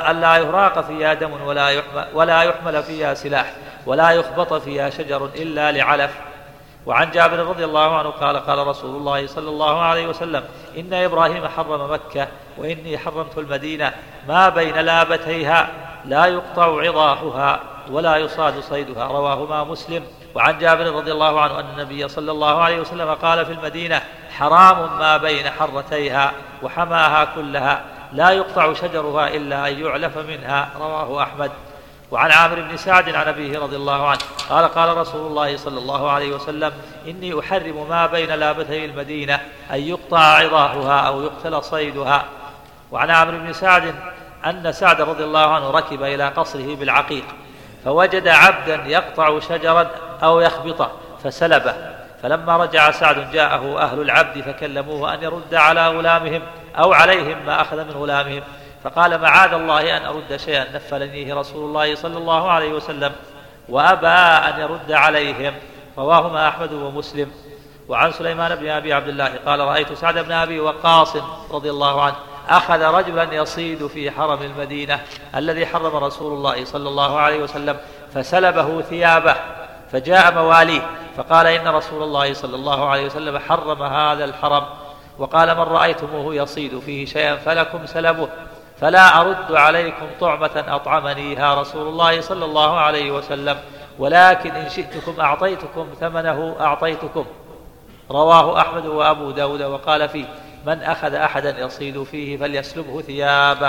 ولا يحمل فيها سلاح ولا يخبط فيها شجر إلا لعلف. وعن جابر رضي الله عنه قال: قال رسول الله صلى الله عليه وسلم: إن إبراهيم حرم مكة وإني حرمت المدينة ما بين لابتيها لا يقطع عضاحها ولا يصاد صيدها. رواهما مسلم. وعن جابر رضي الله عنه أن النبي صلى الله عليه وسلم قال في المدينة: حرام ما بين حرتيها وحماها كلها لا يقطع شجرها إلا أن يعلف منها. رواه أحمد. وعن عامر بن سعد عن أبيه رضي الله عنه قال: قال رسول الله صلى الله عليه وسلم: إني أحرم ما بين لابتي المدينة أن يقطع عضاحها أو يقتل صيدها. وعن عامر بن سعد أن سعد رضي الله عنه ركب إلى قصره بالعقيق فوجد عبدا يقطع شجرا أو يخبطه فسلبه، فلما رجع سعد جاءه أهل العبد فكلموه أن يرد على غلامهم أو عليهم ما أخذ من غلامهم، فقال: معاذ الله أن أرد شيئا نفلنيه رسول الله صلى الله عليه وسلم، وأبى أن يرد عليهم. رواهما أحمد ومسلم. وعن سليمان بن أبي عبد الله قال: رأيت سعد بن أبي وقاص رضي الله عنه أخذ رجلا يصيد في حرم المدينة الذي حرم رسول الله صلى الله عليه وسلم فسلبه ثيابه، فجاء مواليه فقال: إن رسول الله صلى الله عليه وسلم حرم هذا الحرم، وقال: من رأيتموه يصيد فيه شيئا فلكم سلبه، فلا أرد عليكم طعمة أطعمنيها رسول الله صلى الله عليه وسلم، ولكن إن شئتكم أعطيتكم ثمنه أعطيتكم. رواه أحمد وأبو داود. وقال فيه: من أخذ أحدا يصيد فيه فليسلبه ثيابه.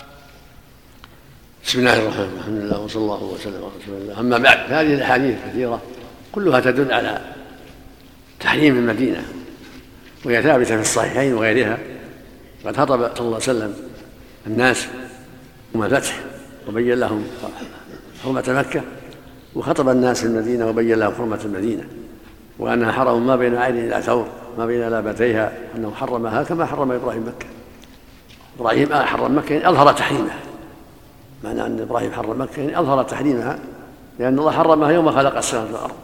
بسم الله الرحمن الرحيم. الحمد لله وصلى الله وسلم على رسول الله. أما بعد، هذه الأحاديث كثيرة كلها تدل على تحريم المدينة، وهي ثابتة في الصحيحين وغيرها. قد خطب صلى الله عليه وسلم الناس يوم الفتح وبين لهم حرمة مكة، وخطب الناس في المدينة وبين لهم حرمة المدينة، وأنها حرم ما بين عين إلى ثور ما بين لابتيها، أنه حرمها كما حرم إبراهيم مكة. إبراهيم حرم مكة يعني أظهر تحريمها، معنى أن إبراهيم حرم مكة يعني أظهر تحريمها، لأن الله حرمها يوم خلق السماوات والأرض،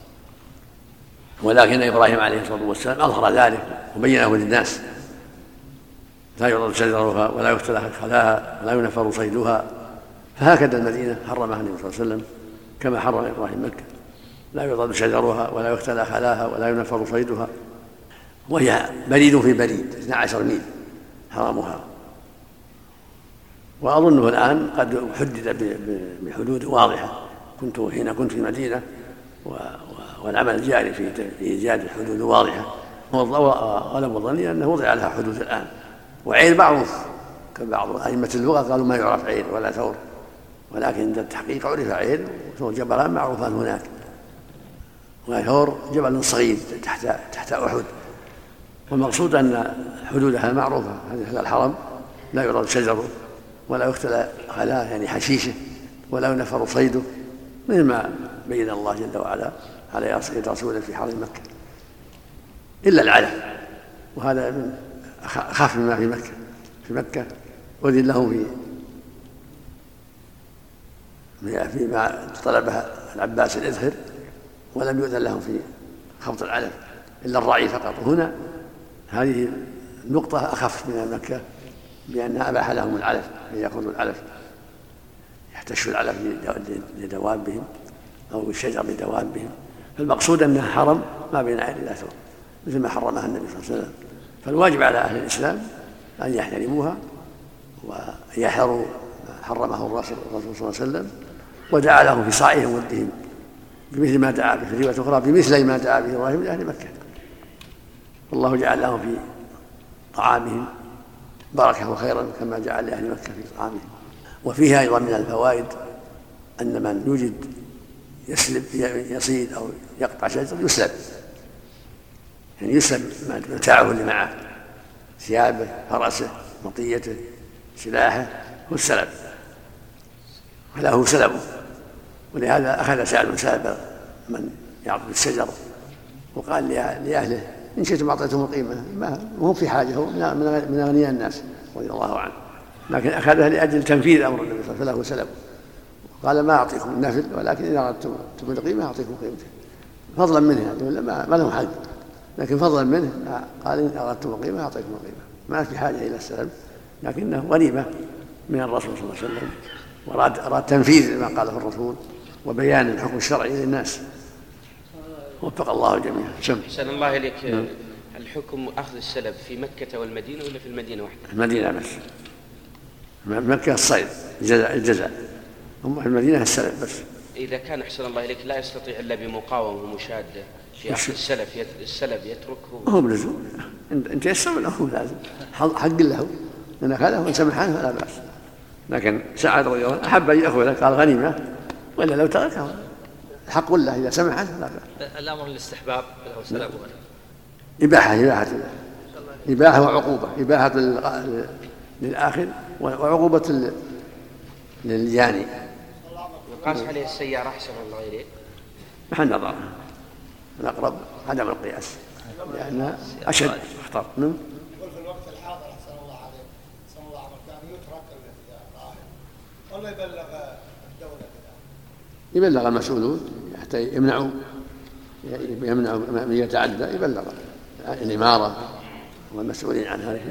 ولكن إبراهيم عليه الصلاة والسلام أظهر ذلك وبينه للناس: لا يعضد شجرها ولا يقتل خلاها ولا ينفر صيدها. فهكذا المدينة حرمها النبي صلى الله عليه وسلم كما حرم إبراهيم مكة: لا يعضد شجرها ولا يقتل خلاها ولا ينفر صيدها، وهي بريد في بريد 12 ميل حرمها. وأظنه الآن قد حدد بحدود واضحة. حين كنت في المدينة والعمل جاري في إيجاد الحدود واضحة، غلب ظني أنه وضع لها حدود الآن. وعين معروف، كبعض أئمة اللغة قالوا ما يعرف عين ولا ثور، ولكن عند التحقيق عرف عين وثور جبلان معروفان هناك، وثور جبل صغير تحت أحد. والمقصود أن حدودها معروفة. هذا الحرم لا يعضد شجره ولا يقتل خلاه يعني حشيشه ولا ينفر صيده، مثل ما بين الله جل وعلا على يد رسوله في حرم مكة، إلا العلف، وهذا من أخاف مما في مكة. في مكة أذن لهم فيما طلبها العباس الإذخر، ولم يؤذن لهم في خبط العلف إلا الرعي فقط. هنا هذه النقطة أخف من مكة، بأنها أباح لهم العلف، أن يأخذوا العلف يحتشوا العلف لدوابهم أو الشجر لدوابهم. فالمقصود أنها حرم ما بين عين إلى ثور، مثل ما حرمها النبي صلى الله عليه وسلم. فالواجب على أهل الإسلام أن يحترموها ويحروا ما حرمه الرسول صلى الله عليه وسلم، ودعا لهم في صاعهم ودهم بمثل ما دعا به، في رواية أخرى بمثل ما دعا به إبراهيم لأهل مكة. والله جعل لهم في طعامهم بركة وخيرا كما جعل لأهل مكة في طعامهم. وفيها أيضا من الفوائد أن من يوجد يصيد أو يقطع شجر يسلب، يعني يسلب متاعه اللي معه، ثيابه، فرسه، مطيته، سلاحه، هو السلب، فله سلبه. ولهذا أخذ سعد سلب من يعضد الشجر، وقال لأهله: إن شئتم أعطيتم القيمة، ما هو في حاجة، هو من أغنياء الناس رضي الله عنه. لكن أخذها لأجل تنفيذ أمر النبي صلى الله عليه وسلم قال ما أعطيكم النفل ولكن إذا أردتم القيمة أعطيكم قيمته فضلا منه يقول ما له حق لكن فضلا منه قال إن أردتم القيمة أعطيكم القيمة ما في حاجة إلى السلم لكنه غنيمة من الرسول صلى الله عليه وسلم وأراد تنفيذ ما قاله الرسول وبيان الحكم الشرعي للناس وفق الله الجميع. أحسن الله إليك. الحكم أخذ السلب في مكة والمدينة ولا في المدينة وحدها؟ المدينة بس. مكة الصيد الجزاء أما المدينة السلب بس. إذا كان أحسن الله إليك لا يستطيع إلا بمقاومة ومشادة في أخذ السلب يتركه هو بلزوم أنت يسر له هو لازم حق له إن أخذه وانسمح عنه فلا بأس لكن سعد رضي الله عنه أحب أن يأخذه قال غنيمة وإلا لو تركه حق له إذا سمح عنه فلا بأس. الأمر الاستحباب له سلب إباحة وعقوبة إباحة للآخر وعقوبة للجاني. وقاس عليه السيارة أحسن الله إليك محل نظر الأقرب عدم القياس لأنها أشد أخطر. يقول في الوقت الحاضر أحسن الله عليه صلى الله عليه وسلم يترك الظاهر ولا يبلغ الدولة كذا يبلغ المسؤولون حتى يمنعوا من يتعدى يبلغ الإمارة والمسؤولين عن هذه.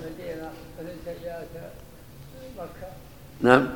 نعم.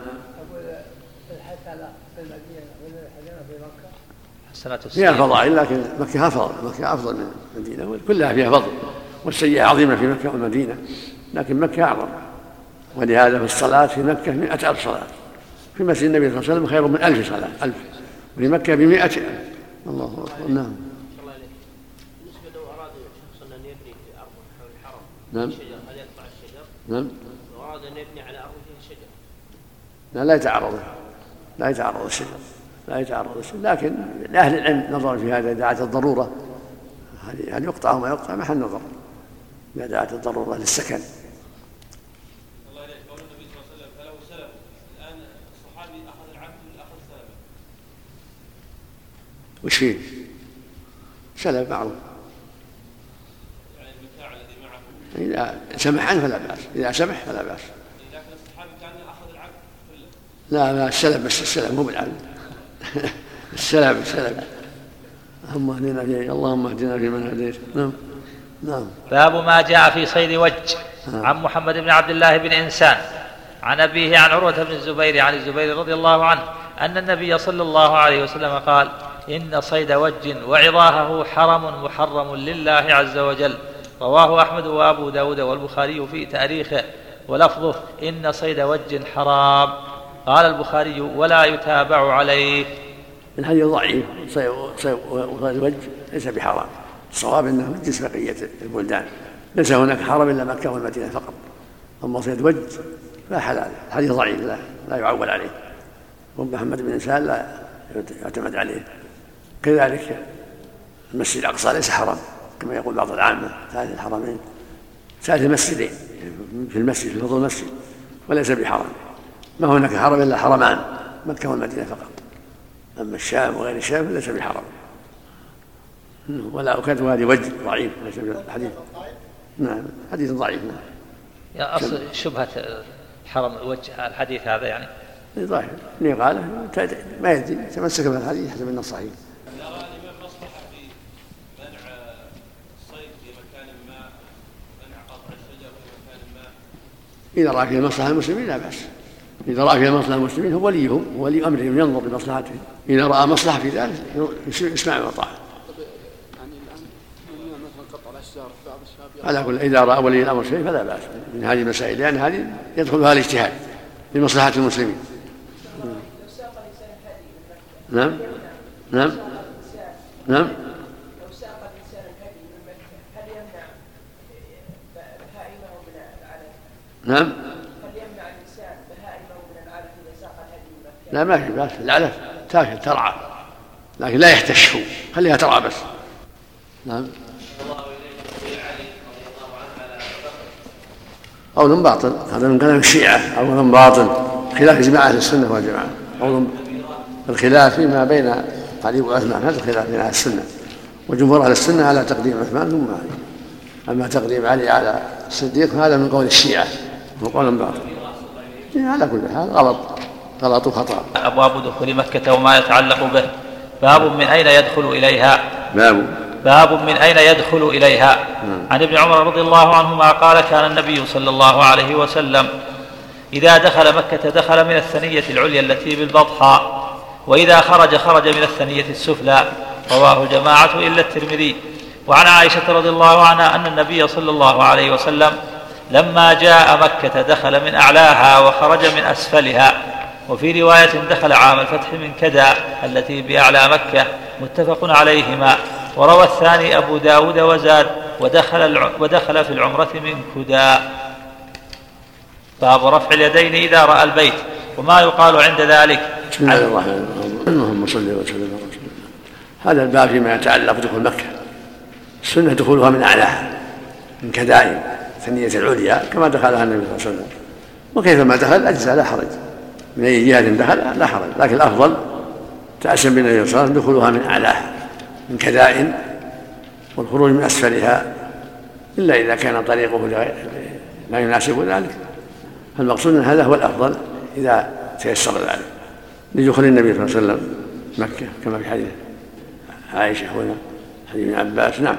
فيها فضائل لكن مكة أفضل من المدينة كلها فيها فضل والسيئة عظيمة في مكة والمدينة لكن مكة أعظم ولهذا في الصلاة في مكة 100,000 صلاة في مسجد النبي صلى الله عليه وسلم خير من 1000 صلاة 1000 وفي مكة ب100,000. الله أكبر. نعم. بالنسبة لو أراد شخص أن يبني في أرض حول الحرم نعم. شجر هل يقطع الشجر؟ نعم. لو أراد أن يبني على أرض فيها شجر لا يتعرض الشجر لكن لأهل العلم نظر في هذا إذا دعت الضرورة هل يقطع أو ما يقطع محل نظر إذا دعت الضرورة للسكن. الله إليك قول النبي صلى الله عليه وسلم فله سلب الآن الصحابي أخذ العبد ولا أخذ سلبا؟ وش فيه؟ سلب معروف يعني المتاع الذي معه إذا سمح عنه فلا بأس إذا سمح فلا بأس. لكن الصحابي كان أخذ العبد لا كله. السلب بس السلب مو بالعبد السلب اللهم اهدنا فيمن هديت. نعم. باب ما جاء في صيد وج. عن محمد بن عبد الله بن إنسان عن أبيه عن عروة بن الزبير عن الزبير رضي الله عنه أن النبي صلى الله عليه وسلم قال إن صيد وج وعظاهه حرم محرم لله عز وجل. رواه أحمد وأبو داود والبخاري في تاريخه ولفظه إن صيد وج حرام. قال البخاري ولا يتابع عليه. الحديث ضعيف. صيد الوج ليس بحرام الصواب أنه من جنس بقية البلدان ليس هناك حرم إلا مكة والمدينة فقط أما صيد وج فحلال. الحديث ضعيف لا يعول عليه ومحمد بن إنسان لا يعتمد عليه. كذلك المسجد الأقصى ليس حرام كما يقول بعض العامة ثالث الحرمين ثالث المسجدين في المسجد في فضل المسجد وليس بحرام ما هناك حرم إلا حرمان مكة والمدينة فقط أما الشام وغير الشام ليس بحرام ولا أكاد هذه وجه ضعيف ليس الحديث. نعم حديث ضعيف. يا أصل شبهة حرم وجه الحديث هذا يعني ضعيف اللي قاله ما يدري تمسك بالحديث حسب النص صحيح. يرى الإمام مصلحة في منع الصيد في مكان ما منع قطع الشجر في مكان ما إذا رأى فيه مصلحة المسلمين لا بأس. إذا رأى فيه مصلحة المسلمين هو وليهم ولي أمرهم ينظر بمصلحتهم إذا رأى مصلحة في ذلك يسمع ويطاع. على كل إذا رأى ولي الأمر شيء فلا بأس من هذه المسائل لأن هذه يدخلها الاجتهاد لمصلحة المسلمين. نعم. لو ساق الإنسان الهدي من مكة هل يمنع بهائمه من العلف؟ نعم. هل يمنع الإنسان بهائمه من العلف إذا ساق الهدي من مكة؟ لا ما في بأس العلف تاكل ترعى لكن لا يحتشوا خليها ترعى بس. نعم. قول باطل هذا من كلام الشيعة قول باطل خلاف إجماع أهل السنة والجماعة قول الخلاف فيما بين علي وعثمان هذا الخلاف بين أهل السنة وجمهور أهل السنة على تقديم عثمان ثم علي أما تقديم علي على الصديق هذا من قول الشيعة وقول باطل. على كل حال غلط وخطأ. أبواب دخول مكة وما يتعلق به. باب من أين يدخل إليها. باب من أين يدخل إليها. عن ابن عمر رضي الله عنهما قال كان النبي صلى الله عليه وسلم إذا دخل مكة دخل من الثنية العليا التي بالبطحاء، وإذا خرج من الثنية السفلى. رواه جماعة إلا الترمذي. وعن عائشة رضي الله عنها أن النبي صلى الله عليه وسلم لما جاء مكة دخل من أعلاها وخرج من أسفلها. وفي رواية دخل عام الفتح من كدا التي بأعلى مكة. متفق عليهما. وروى الثاني أبو داود وزاد ودخل في العمرة من كدا. باب رفع اليدين إذا رأى البيت وما يقال عند ذلك. بسم الله الرحمن الرحيم. اللهم صل وسلم على رسول الله. هذا الباب فيما يتعلق بدخول مكة. السنة دخولها من أعلاها من كدائم الثنية العليا كما دخلها النبي صلى الله عليه وسلم، وكيفما دخل أجزاء لا حرج، من أي جهة دخل لا حرج، لكن الأفضل تأسم بالنبي صلى الله عليه وسلم دخولها من أعلاها من كدائم والخروج من أسفلها، إلا إذا كان طريقه لا يناسب ذلك. فالمقصود أن هذا هو الأفضل إذا تيسر ذلك لدخول النبي صلى الله عليه وسلم مكة كما في حديث عائشة هنا حديث ابن عباس. نعم.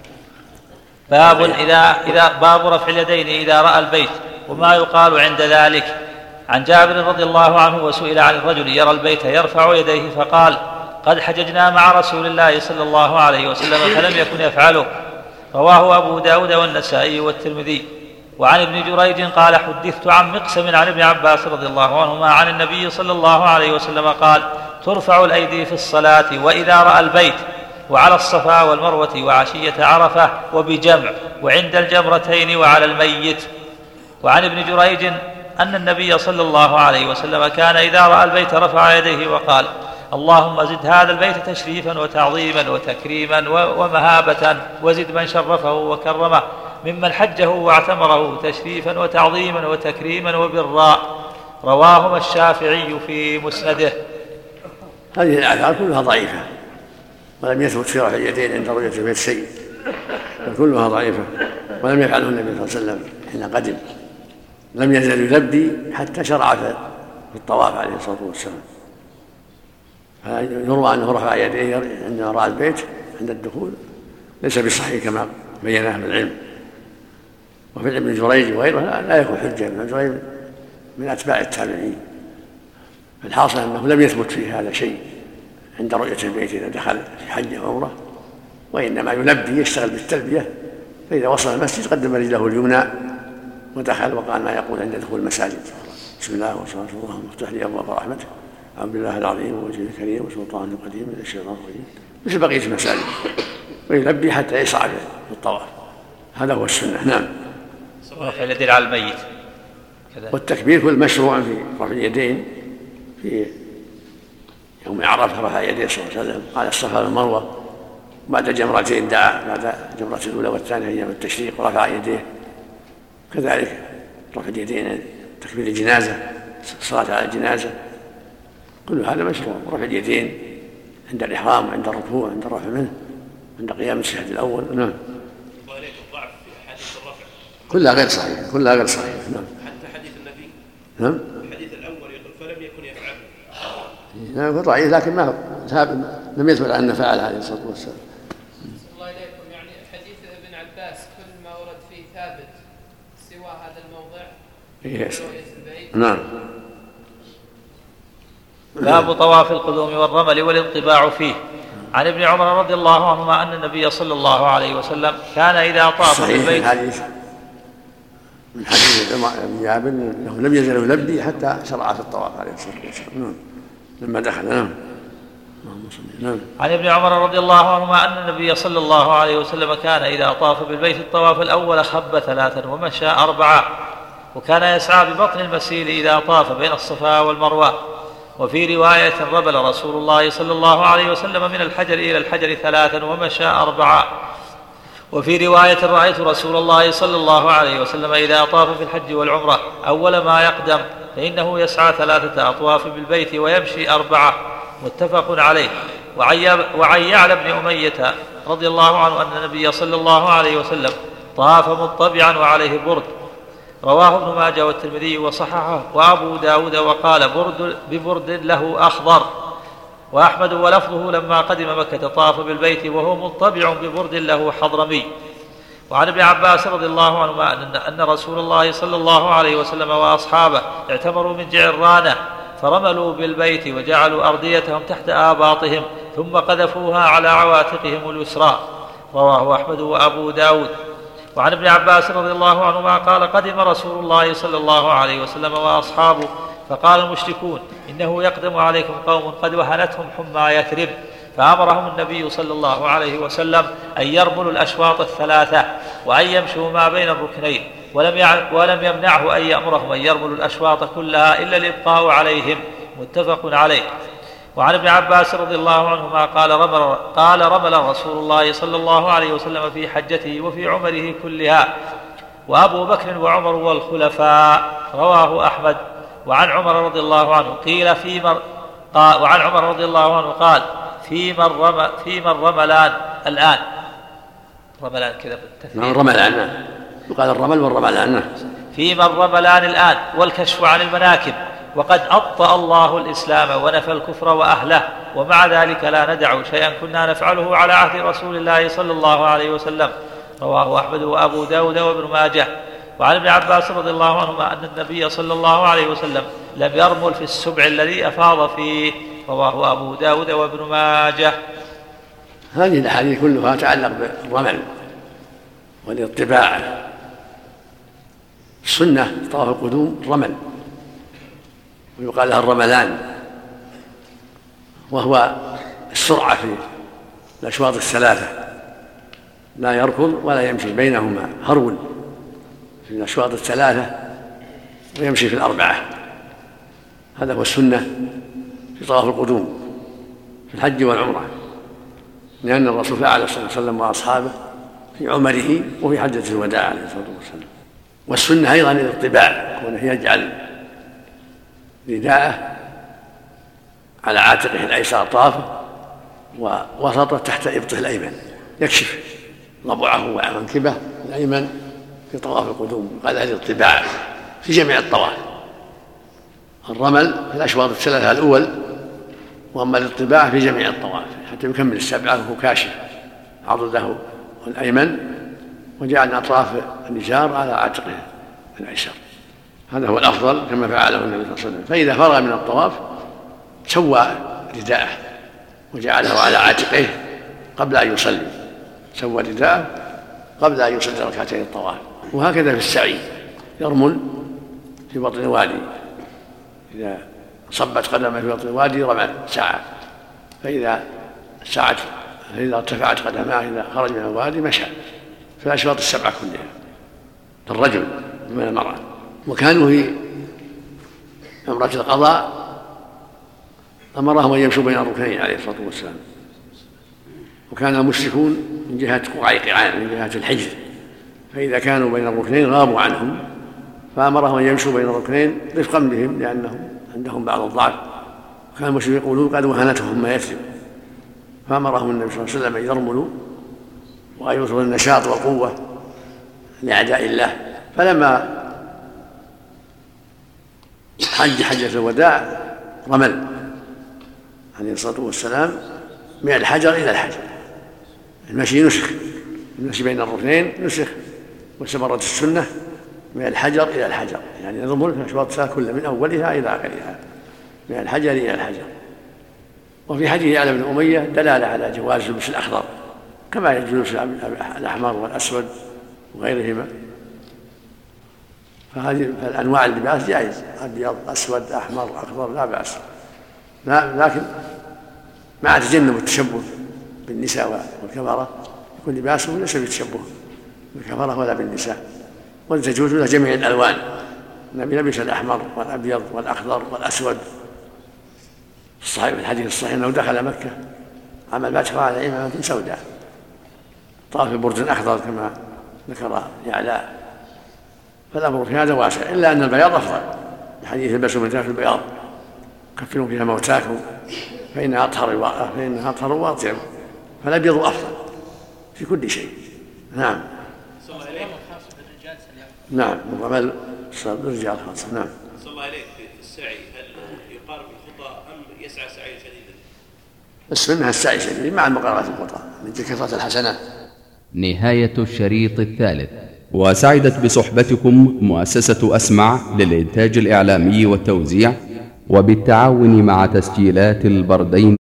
باب رفع اليدين إذا رأى البيت وما يقال عند ذلك. عن جابر رضي الله عنه وسئل عن الرجل يرى البيت يرفع يديه فقال قد حججنا مع رسول الله صلى الله عليه وسلم فلم يكن يفعله. رواه أبو داود والنسائي والترمذي. وعن ابن جريج قال حدثت عن مقسم عن ابن عباس رضي الله عنهما عن النبي صلى الله عليه وسلم قال ترفع الأيدي في الصلاة وإذا رأى البيت وعلى الصفا والمروة وعشية عرفة وبجمع وعند الجمرتين وعلى الميت. وعن ابن جريج أن النبي صلى الله عليه وسلم كان إذا رأى البيت رفع يديه وقال اللهم زد هذا البيت تشريفا وتعظيما وتكريما ومهابة وزد من شرفه وكرمه ممن حجه واعتمره تشريفا وتعظيما وتكريما وبراء. رواهما الشافعي في مسنده. هذه الآثار كلها ضعيفة ولم يثبت في رفع اليدين عند رؤية البيت شيء، كلها ضعيفة ولم يفعله النبي صلى الله عليه وسلم حين قدم، لم يزل يلبي حتى شرع في الطواف عليه الصلاة والسلام. يروى أنه رفع يديه عندما رأى البيت عند الدخول ليس بصحيح كما بيناه من العلم. وفي ابن جريج وغيره لا يكون حجة، ابن جريج من أتباع التابعين. الحاصل أنه لم يثبت فيه هذا شيء عند رؤية البيت إذا دخل في حج أو عمرة، وإنما يلبي يشتغل بالتلبية، فإذا وصل المسجد قدم رجله اليمنى ودخل وقال ما يقول عند دخول المساجد بسم الله والصلاة والسلام اللهم افتح لي أبواب رحمتك عبد الله العظيم ووجهه الكريم وسلطانه القديم من الشيطان الرجيم مثل بقية المساجد، ويلبي حتى يسعى في الطواف. هذا هو السنة. نعم. رفع اليدين على الميت والتكبير هو المشروع في رفع اليدين في يوم عرفة، رفع يديه صلى الله عليه وسلم على الصفا والمروة بعد جمرتين، دعا بعد الجمرة الأولى والثانية أيام التشريق ورفع يديه. كذلك رفع اليدين تكبير الجنازة، الصلاة على الجنازة، كل هذا مشروع. رفع اليدين عند الإحرام وعند الركوع عند الرفع منه عند قيام الشهد الأول. نعم. الضعف في حديث الرفع كلها غير صحيح، كلها غير صحيح. نعم. حتى حديث النبي. نعم. الحديث الأول يقول فلم يكن يفعله. نعم ضعيف، لكن ما لم يثبت أن فعل عليه الصلاة والسلام. الله إليكم، يعني حديث ابن عباس كل ما ورد فيه ثابت سوى هذا الموضع. نعم. باب طواف القدوم والرمل والانطباع فيه. عن ابن عمر رضي الله عنهما أن النبي صلى الله عليه وسلم كان إذا طاف بالبيت من حديث ابن جابر انه لم يزل يلبي حتى شرع في الطواف عليه الصلاه والسلام لما دخل. نعم. عن ابن عمر رضي الله عنهما أن النبي صلى الله عليه وسلم كان إذا طاف بالبيت الطواف الأول خب 3 ومشى 4، وكان يسعى ببطن المسيل إذا طاف بين الصفا والمروة. وفي رواية ربل رسول الله صلى الله عليه وسلم من الحجر إلى الحجر 3 ومشى 4. وفي رواية رأيت رسول الله صلى الله عليه وسلم إذا طاف في الحج والعمرة أول ما يقدم فإنه يسعى 3 أطواف بالبيت ويمشي 4. متفق عليه. وعن يعلى بن أمية رضي الله عنه أن النبي صلى الله عليه وسلم طاف مطبعا وعليه برد. رواه ابن ماجه والترمذي وصححه وأبو داود وقال ببرد له أخضر. وأحمد ولفظه لما قدم مكة طاف بالبيت وهو مطبع ببرد له حضرمي. وعن ابن عباس رضي الله عنهما أن رسول الله صلى الله عليه وسلم وأصحابه اعتمروا من جعرانة فرملوا بالبيت وجعلوا أرديتهم تحت آباطهم ثم قذفوها على عواتقهم اليسرى. رواه أحمد وأبو داود. وعن ابن عباس رضي الله عنهما قال قدم رسول الله صلى الله عليه وسلم وأصحابه فقال المشركون إنه يقدم عليكم قوم قد وهنتهم حمى يثرب، فأمرهم النبي صلى الله عليه وسلم أن يرملوا الأشواط الثلاثة وأن يمشوا ما بين الركنين، ولم يمنعه أن يأمرهم أن يرملوا الأشواط كلها إلا الإبقاء عليهم. متفق عليه. وعن ابن عباس رضي الله عنهما قال رمل رسول الله صلى الله عليه وسلم في حجته وفي عمره كلها، وأبو بكر وعمر والخلفاء. رواه أحمد. وعن عمر رضي الله عنه قال في من رملان الآن. رملان كذا رملان يقال الرمل والرملان. في من رملان الآن والكشف عن المناكب، وقد أبطأ الله الإسلام ونفى الكفر وأهله، ومع ذلك لا ندع شيئا كنا نفعله على عهد رسول الله صلى الله عليه وسلم. رواه أحمد وأبو داود وابن ماجه. وعن ابن عباس رضي الله عنهما أن النبي صلى الله عليه وسلم لم يرمل في السبع الذي أفاض فيه. رواه أبو داود وابن ماجه. هذه الأحاديث كلها تعلق بالرمل والاطباع. السنة طواف القدوم رمل، ويقال لها الرملان، وهو السرعة في الأشواط الثلاثة، لا يركض ولا يمشي بينهما، هرول في الأشواط الثلاثة ويمشي في الأربعة. هذا هو السنة في طواف القدوم في الحج والعمرة، لأن الرسول فعل صلى الله عليه وسلم وأصحابه في عمره وفي حجة الوداع عليه الصلاة والسلام. والسنة أيضا الاطباع، كونه يجعل رداءه على عاتقه الأيسر طافه ووسطه تحت إبطه الأيمن، يكشف ضبعه ومنكبه الأيمن في طواف القدوم. قال الاطباع في جميع الطواف. الرمل في الأشواط الثلاثة الأول، وأما الاطباع في جميع الطواف حتى يكمل السبعة وهو كاشف عضده الأيمن وجعل أطراف الإزار على عاتقه الأيسر. هذا هو الأفضل كما فعله النبي صلى الله عليه وسلم. فإذا فرغ من الطواف سوى رداءه وجعله على عاتقه قبل أن يصلي، سوى رداءه قبل أن يصلي ركعتين الطواف. وهكذا في السعي يرمل في بطن الوادي، إذا صبت قدمه في بطن الوادي رمل سعى، فإذا ارتفعت قدماه إذا خرج من الوادي مشى في الأشواط السبعة كلها للرجل من المرأة. وكانوا في عمرة القضاء أمرهم أن يمشوا بين الركنين عليه الصلاة والسلام، وكان المشركون من جهة قعيقعان من جهة الحجر، فإذا كانوا بين الركنين غابوا عنهم فأمرهم أن يمشوا بين الركنين رفقا بهم لأنهم عندهم بعض الضعف. كان المشركون يقولون قد وهنتهم ما يثرب، فأمرهم النبي صلى الله عليه وسلم أن يرملوا وأن يظهروا النشاط والقوة لأعداء الله. فلما حجة الوداع رمل عليه الصلاة والسلام من الحجر إلى الحجر. المشي نسخ، المشي بين الركنين نسخ، واستمرت السنة من الحجر إلى الحجر، يعني يرمل في الأشواط الثلاثة كلها من أولها إلى آخرها، من الحجر إلى الحجر. وفي حديث يعلى بن أمية دلالة على جواز لبس الأخضر كما يجوز الأحمر والأسود وغيرهما. فالأنواع اللباس جائز، أبيض أسود أحمر أخضر لا بأس، لكن مع تجنب التشبه بالنساء والكفرة، يكون لباسه ليس بالتشبه بالكفرة ولا بالنساء، وتجوز له جميع الألوان. النبي لبس الأحمر والأبيض والأخضر والأسود. الصحيح في الحديث الصحيح أنه دخل مكة عام الفتح على إمامة سوداء، طاف ببرج أخضر كما ذكر يعلى. فالأمر في هذا واسع، إلا أن البياض أفضل، الحديث البسوا من ثياب البياض كفنوا فيها موتاكم فإنها أطهر وأطيب، فالأبيض أفضل في كل شيء. نعم. نعم الرمل الرجال خاصة. نعم. صلى الله عليك في السعي هل يقارب الخطى أم يسعى سعيا شديدا؟ السنة السعي شديد مع مقارنة الخطى من كثرة الحسنات. نهاية الشريط الثالث. وسعدت بصحبتكم مؤسسة أسمع للإنتاج الإعلامي والتوزيع وبالتعاون مع تسجيلات البردين.